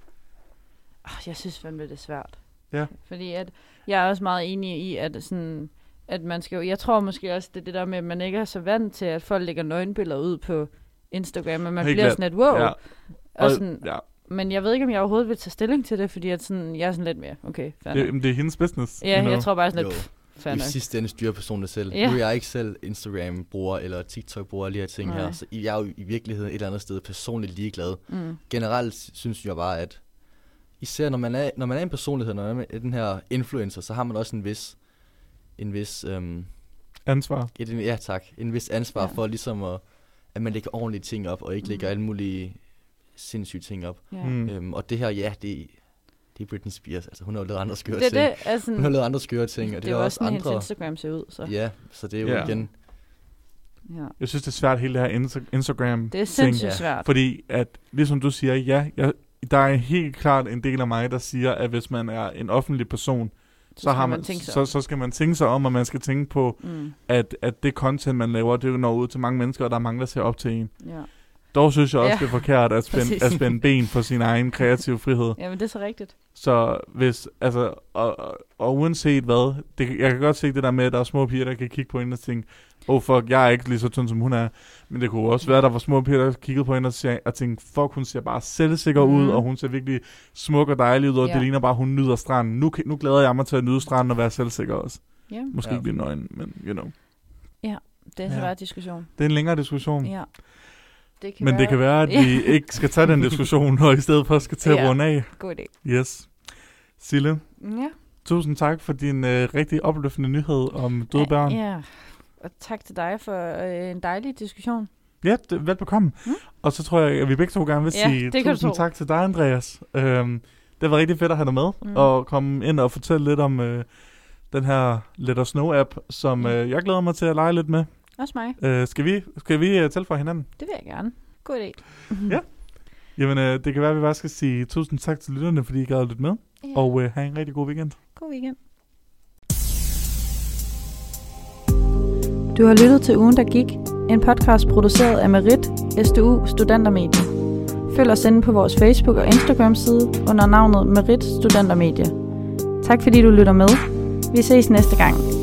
Jeg synes fandme, det er svært. Ja. Fordi at jeg er også meget enig i, at sådan, at man skal jeg tror måske også, det der med, at man ikke er så vant til, at folk lægger nøgenbilleder ud på Instagram, men man bliver sådan et wow. Ja. Og sådan, men jeg ved ikke, om jeg overhovedet vil tage stilling til det, fordi at sådan, jeg er sådan lidt mere, okay, det er hendes business. Ja, jeg tror bare sådan lidt, i sidste ende styrer personen selv. Nu er jeg ikke selv Instagram-bruger eller TikTok-bruger alle de her ting her, så jeg er jo i virkeligheden et eller andet sted personligt ligeglad. Generelt synes jeg bare, at især når man er en personlighed, når man er den her influencer, så har man også en vis ansvar. En vis ansvar for ligesom at man lægger ordentlige ting op, og ikke lægger alle mulige sindssyge ting op. Og det her, det er Britney Spears. Altså, hun har jo lavet andre skøre ting. Altså, hun har lavet andre skøre ting, og det er også andre. Det er også Instagram ser ud, så. Ja, så det er jo igen. Ja. Jeg synes, det er svært, hele det her Instagram-ting. Det er sindssygt svært. Fordi, at, ligesom du siger, der er helt klart en del af mig, der siger, at hvis man er en offentlig person, så skal man tænke sig om, og man skal tænke på, at det content, man laver, det når ud til mange mennesker, og der er mange, der ser op til en. Ja. Dog synes jeg også, det er forkert at spænde ben for sin egen kreative frihed. Jamen, det er så rigtigt. Så hvis, og uanset hvad, jeg kan godt se det der med, at der er små piger, der kan kigge på hende og tænke, fuck, jeg er ikke lige så tynd, som hun er. Men det kunne også være, at der var små piger, der kiggede på hende og tænkte, fuck, hun ser bare selvsikker ud, og hun ser virkelig smuk og dejlig ud, og det ligner bare, hun nyder stranden. Nu glæder jeg mig til at nyde stranden og være selvsikker også. Ja. Måske ikke blive nøgen, men you know. Ja, det er en svær diskussion. Det er en længere diskussion. Ja. Det kan være, at vi ikke skal tage den diskussion, og i stedet for skal til at runde af. God idé. Yes. Sille, tusind tak for din rigtig opløftende nyhed om døde børn. Ja, og tak til dig for en dejlig diskussion. Ja, velbekomme. Og så tror jeg, at vi begge to gerne vil sige tusind tak til dig, Andreas. Det var rigtig fedt at have dig med, og komme ind og fortælle lidt om den her Let Us Know-app, som jeg glæder mig til at lege lidt med. Også mig. Skal vi tilføje hinanden? Det vil jeg gerne. God idé. Ja. Jamen, det kan være, at vi bare skal sige tusind tak til lytterne, fordi I gad lidt med. Ja. Og have en rigtig god weekend. God weekend. Du har lyttet til Ugen, der gik. En podcast produceret af Merit, SDU Studentermedie. Følg os inde på vores Facebook- og Instagram-side under navnet Merit Studentermedie. Tak fordi du lytter med. Vi ses næste gang.